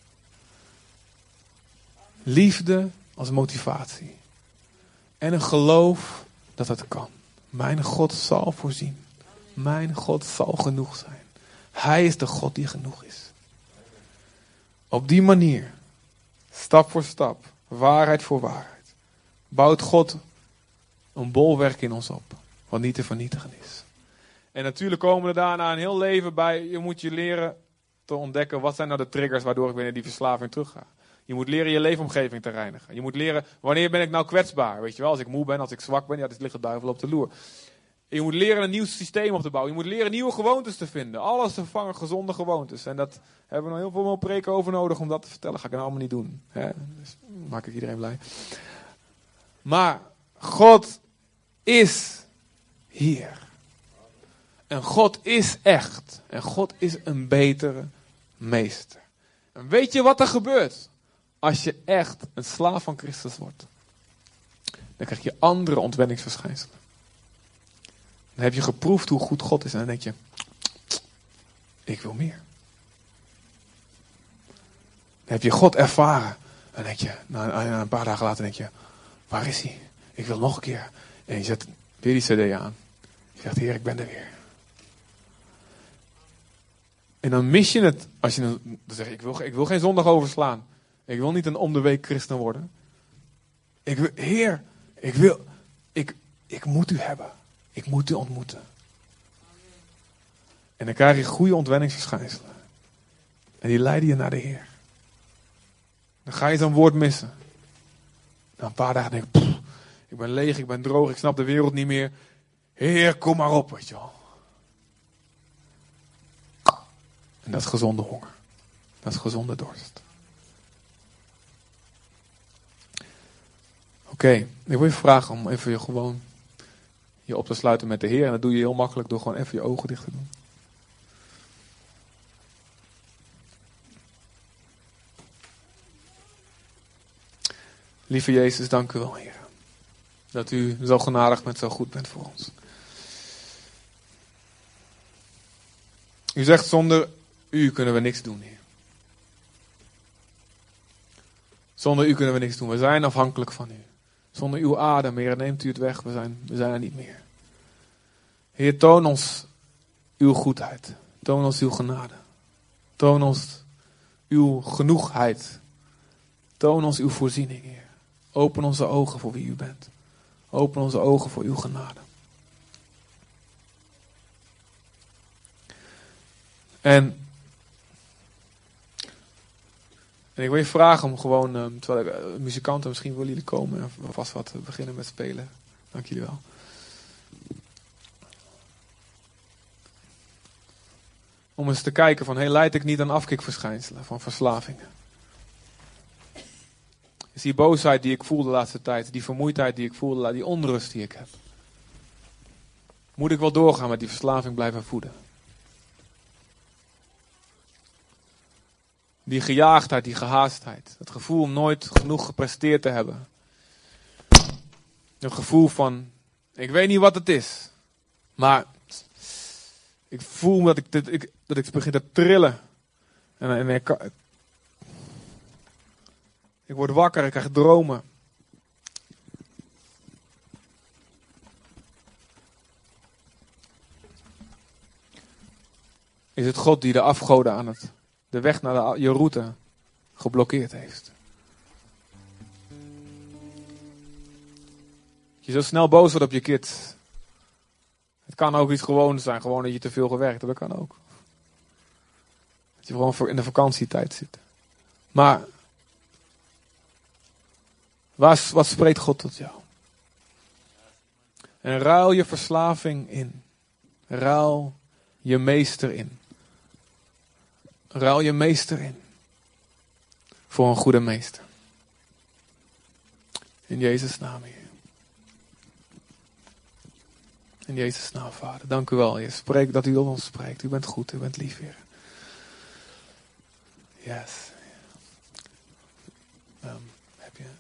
Liefde als motivatie. En een geloof dat het kan. Mijn God zal voorzien. Mijn God zal genoeg zijn. Hij is de God die genoeg is. Op die manier, stap voor stap, waarheid voor waarheid, bouwt God een bolwerk in ons op, wat niet te vernietigen is. En natuurlijk komen er daarna een heel leven bij. Je moet je leren te ontdekken, wat zijn nou de triggers waardoor ik weer naar die verslaving terug ga. Je moet leren je leefomgeving te reinigen. Je moet leren, wanneer ben ik nou kwetsbaar? Weet je wel, als ik moe ben, als ik zwak ben, ja, dan ligt de duivel op de loer. Je moet leren een nieuw systeem op te bouwen. Je moet leren nieuwe gewoontes te vinden. Alles te vervangen gezonde gewoontes. En dat hebben we nog heel veel preken over nodig om dat te vertellen. Ga ik nou allemaal niet doen. Hè? Dus maak ik iedereen blij. Maar God is hier. En God is echt. En God is een betere meester. En weet je wat er gebeurt? Als je echt een slaaf van Christus wordt. Dan krijg je andere ontwenningsverschijnselen. Dan heb je geproefd hoe goed God is. En dan denk je, ik wil meer. Dan heb je God ervaren. En dan denk je, een paar dagen later denk je, waar is hij? Ik wil nog een keer. En je zet weer die cd aan. Je zegt, Heer, ik ben er weer. En dan mis je het. Als je dan zegt, ik wil geen zondag overslaan. Ik wil niet een om de week christen worden. Heer, ik moet u hebben. Ik moet u ontmoeten. En dan krijg je goede ontwenningsverschijnselen. En die leiden je naar de Heer. Dan ga je zo'n woord missen. Na een paar dagen denk ik, ik ben leeg, ik ben droog, ik snap de wereld niet meer. Heer, kom maar op, weet je wel. En dat is gezonde honger. Dat is gezonde dorst. Oké, ik wil je vragen om even je op te sluiten met de Heer. En dat doe je heel makkelijk door gewoon even je ogen dicht te doen. Lieve Jezus, dank u wel, Heer. Dat u zo genadig bent, zo goed bent voor ons. U zegt, zonder u kunnen we niks doen, Heer. Zonder u kunnen we niks doen. We zijn afhankelijk van u. Zonder uw adem, Heer, neemt u het weg. We zijn er niet meer. Heer, toon ons uw goedheid. Toon ons uw genade. Toon ons uw genoegheid. Toon ons uw voorziening, Heer. Open onze ogen voor wie u bent. Open onze ogen voor uw genade. En ik wil je vragen om gewoon, terwijl muzikanten, misschien willen jullie komen en vast wat beginnen met spelen. Dank jullie wel. Om eens te kijken van, leid ik niet aan afkikverschijnselen, van verslavingen? Is die boosheid die ik voel de laatste tijd, die vermoeidheid die ik voel, die onrust die ik heb. Moet ik wel doorgaan met die verslaving blijven voeden? Die gejaagdheid, die gehaastheid. Het gevoel om nooit genoeg gepresteerd te hebben. Een gevoel van, ik weet niet wat het is. Maar ik voel dat ik begin te trillen. En ik word wakker, ik krijg dromen. Is het God die de afgoden aan de weg naar je route geblokkeerd heeft? Je zo snel boos wordt op je kind. Het kan ook iets gewoons zijn, gewoon dat je te veel gewerkt hebt, dat kan ook. Dat je gewoon in de vakantietijd zit. Maar wat spreekt God tot jou? En ruil je verslaving in. Ruil je meester in. Ruil je meester in. Voor een goede meester. In Jezus' naam, Heer. In Jezus' naam, Vader. Dank u wel, Heer. Spreek dat u tot ons spreekt. U bent goed, u bent lief, Heer. Yes. Heb je...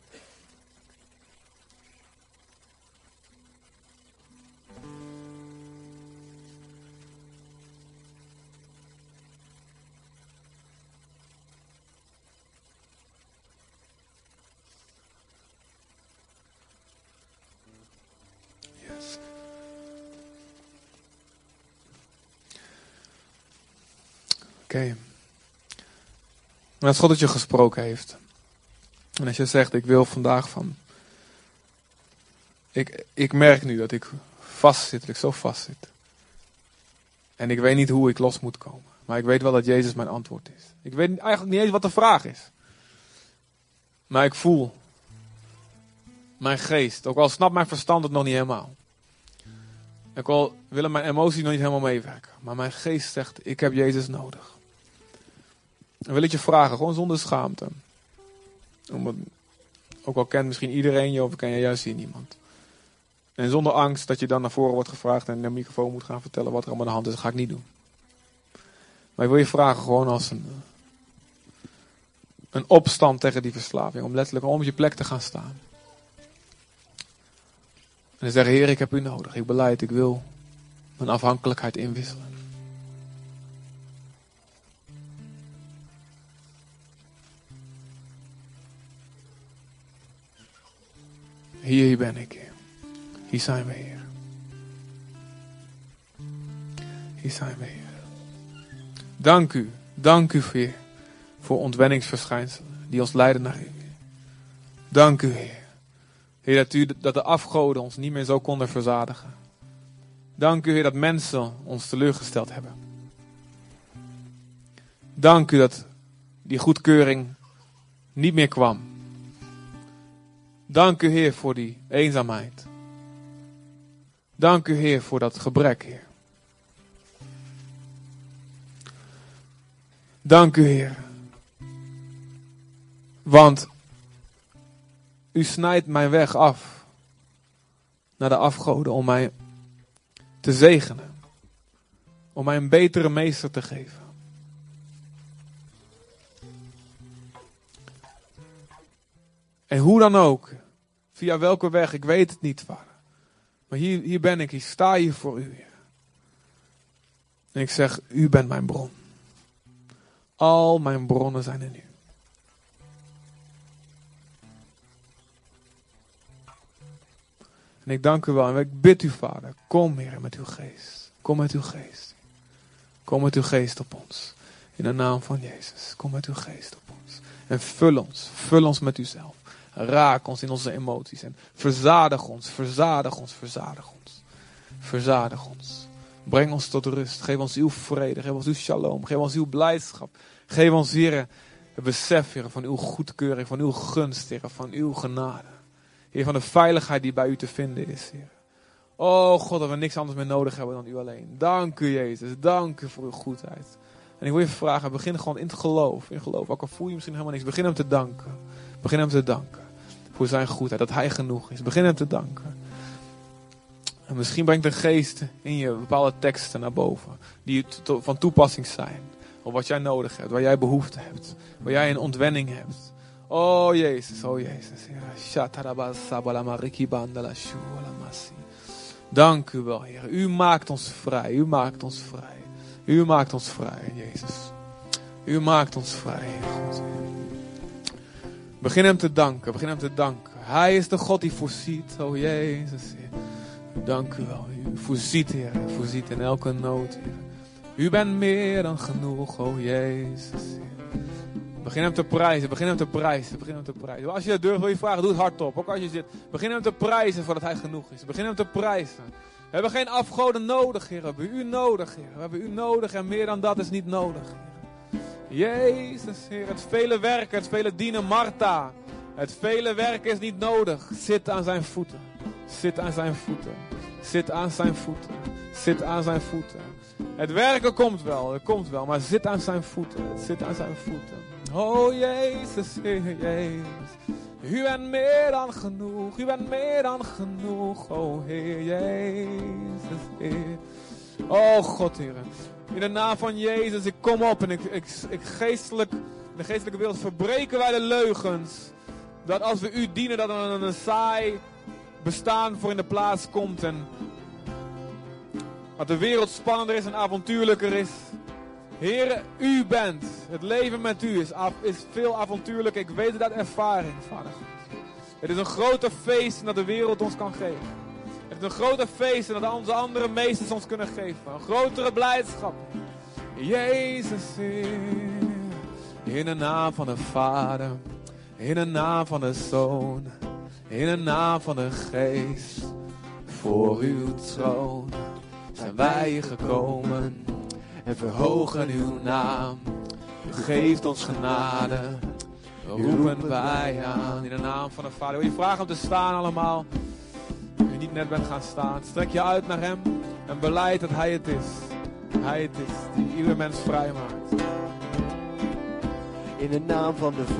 Oké. En als God het je gesproken heeft. En als je zegt, ik wil vandaag van... Ik merk nu dat ik vast zit, dat ik zo vast zit. En ik weet niet hoe ik los moet komen. Maar ik weet wel dat Jezus mijn antwoord is. Ik weet eigenlijk niet eens wat de vraag is. Maar ik voel mijn geest. Ook al snapt mijn verstand het nog niet helemaal. Ook al willen mijn emoties nog niet helemaal meewerken. Maar mijn geest zegt, ik heb Jezus nodig. Dan wil ik je vragen, gewoon zonder schaamte. Ook al kent misschien iedereen je, of ken je juist hier niemand. En zonder angst dat je dan naar voren wordt gevraagd en in de microfoon moet gaan vertellen wat er allemaal aan de hand is. Dat ga ik niet doen. Maar ik wil je vragen gewoon als een opstand tegen die verslaving. Om letterlijk om je plek te gaan staan. En dan zeggen, Heer, ik heb u nodig. Ik belijd, ik wil mijn afhankelijkheid inwisselen. Hier ben ik, Heer. Hier zijn we, Heer. Hier zijn we, Heer. Dank u, Heer, voor ontwenningsverschijnselen. die ons leiden naar u. Dank u, Heer. Heer, dat de afgoden ons niet meer zo konden verzadigen. Dank u, Heer, dat mensen ons teleurgesteld hebben. Dank u dat die goedkeuring niet meer kwam. Dank u, Heer, voor die eenzaamheid. Dank u, Heer, voor dat gebrek, Heer. Dank u, Heer. Want u snijdt mijn weg af naar de afgoden om mij te zegenen. Om mij een betere meester te geven. En hoe dan ook, via welke weg, ik weet het niet, Vader. Maar hier ben ik, hier sta hier voor u, Heer. En ik zeg, u bent mijn bron. Al mijn bronnen zijn in u. En ik dank u wel en ik bid u, Vader, kom, Heer, met uw geest. Kom met uw geest. Kom met uw geest op ons. In de naam van Jezus, kom met uw geest op ons. En vul ons met uzelf. Raak ons in onze emoties en verzadig ons, verzadig ons, verzadig ons. Verzadig ons. Breng ons tot rust. Geef ons uw vrede, geef ons uw shalom, geef ons uw blijdschap. Geef ons, Heer, het besef, Heer, van uw goedkeuring, van uw gunst, Heer, van uw genade. Heer, van de veiligheid die bij u te vinden is, Heer. Oh God, dat we niks anders meer nodig hebben dan u alleen. Dank u, Jezus. Dank u voor uw goedheid. En ik wil je vragen, begin gewoon in het geloof. In geloof. Ook al voel je misschien helemaal niks. Begin hem te danken. Begin hem te danken. Voor zijn goedheid. Dat hij genoeg is. Begin hem te danken. En misschien brengt de geest in je bepaalde teksten naar boven. Die van toepassing zijn. Op wat jij nodig hebt. Waar jij behoefte hebt. Waar jij een ontwenning hebt. Oh Jezus. Oh Jezus. Dank u wel, Heer. U maakt ons vrij. U maakt ons vrij. U maakt ons vrij, Jezus. U maakt ons vrij, God. Begin hem te danken, begin hem te danken. Hij is de God die voorziet, oh Jezus. Dank u wel, u voorziet, Heer. U voorziet in elke nood, Heer. U bent meer dan genoeg, oh Jezus. Begin hem te prijzen, begin hem te prijzen, begin hem te prijzen. Als je dat durft, wil je vragen, doe het hardop. Ook als je zit, begin hem te prijzen voordat hij genoeg is. Begin hem te prijzen. We hebben geen afgoden nodig, Heer. We hebben u nodig, Heer. We hebben u nodig en meer dan dat is niet nodig, Heer. Jezus, Heer. Het vele werken, het vele dienen, Martha. Het vele werken is niet nodig. Zit aan zijn voeten. Zit aan zijn voeten. Zit aan zijn voeten. Zit aan zijn voeten. Het werken komt wel, het komt wel. Maar zit aan zijn voeten. Het zit aan zijn voeten. Oh Jezus, Heer, Jezus. U bent meer dan genoeg, u bent meer dan genoeg, oh Heer Jezus, Heer. Oh God, Heer. In de naam van Jezus, ik kom op en ik geestelijk, in de geestelijke wereld verbreken wij de leugens. Dat als we u dienen, dat er een saai bestaan voor in de plaats komt. En dat de wereld spannender is en avontuurlijker is. Heer, u bent. Het leven met u is veel avontuurlijker. Ik weet het uit ervaring, Vader God. Het is een groter feest dat de wereld ons kan geven. Het is een groter feest dat onze andere meesters ons kunnen geven. Een grotere blijdschap. Jezus, Heer. In de naam van de Vader. In de naam van de Zoon. In de naam van de Geest. Voor uw troon zijn wij hier gekomen. En verhogen uw naam. U geeft ons genade. We roepen wij aan. In de naam van de Vader. Wil je vragen om te staan allemaal? Als je niet net bent gaan staan. Strek je uit naar hem. En beleid dat hij het is. Hij het is die ieder mens vrij maakt. In de naam van de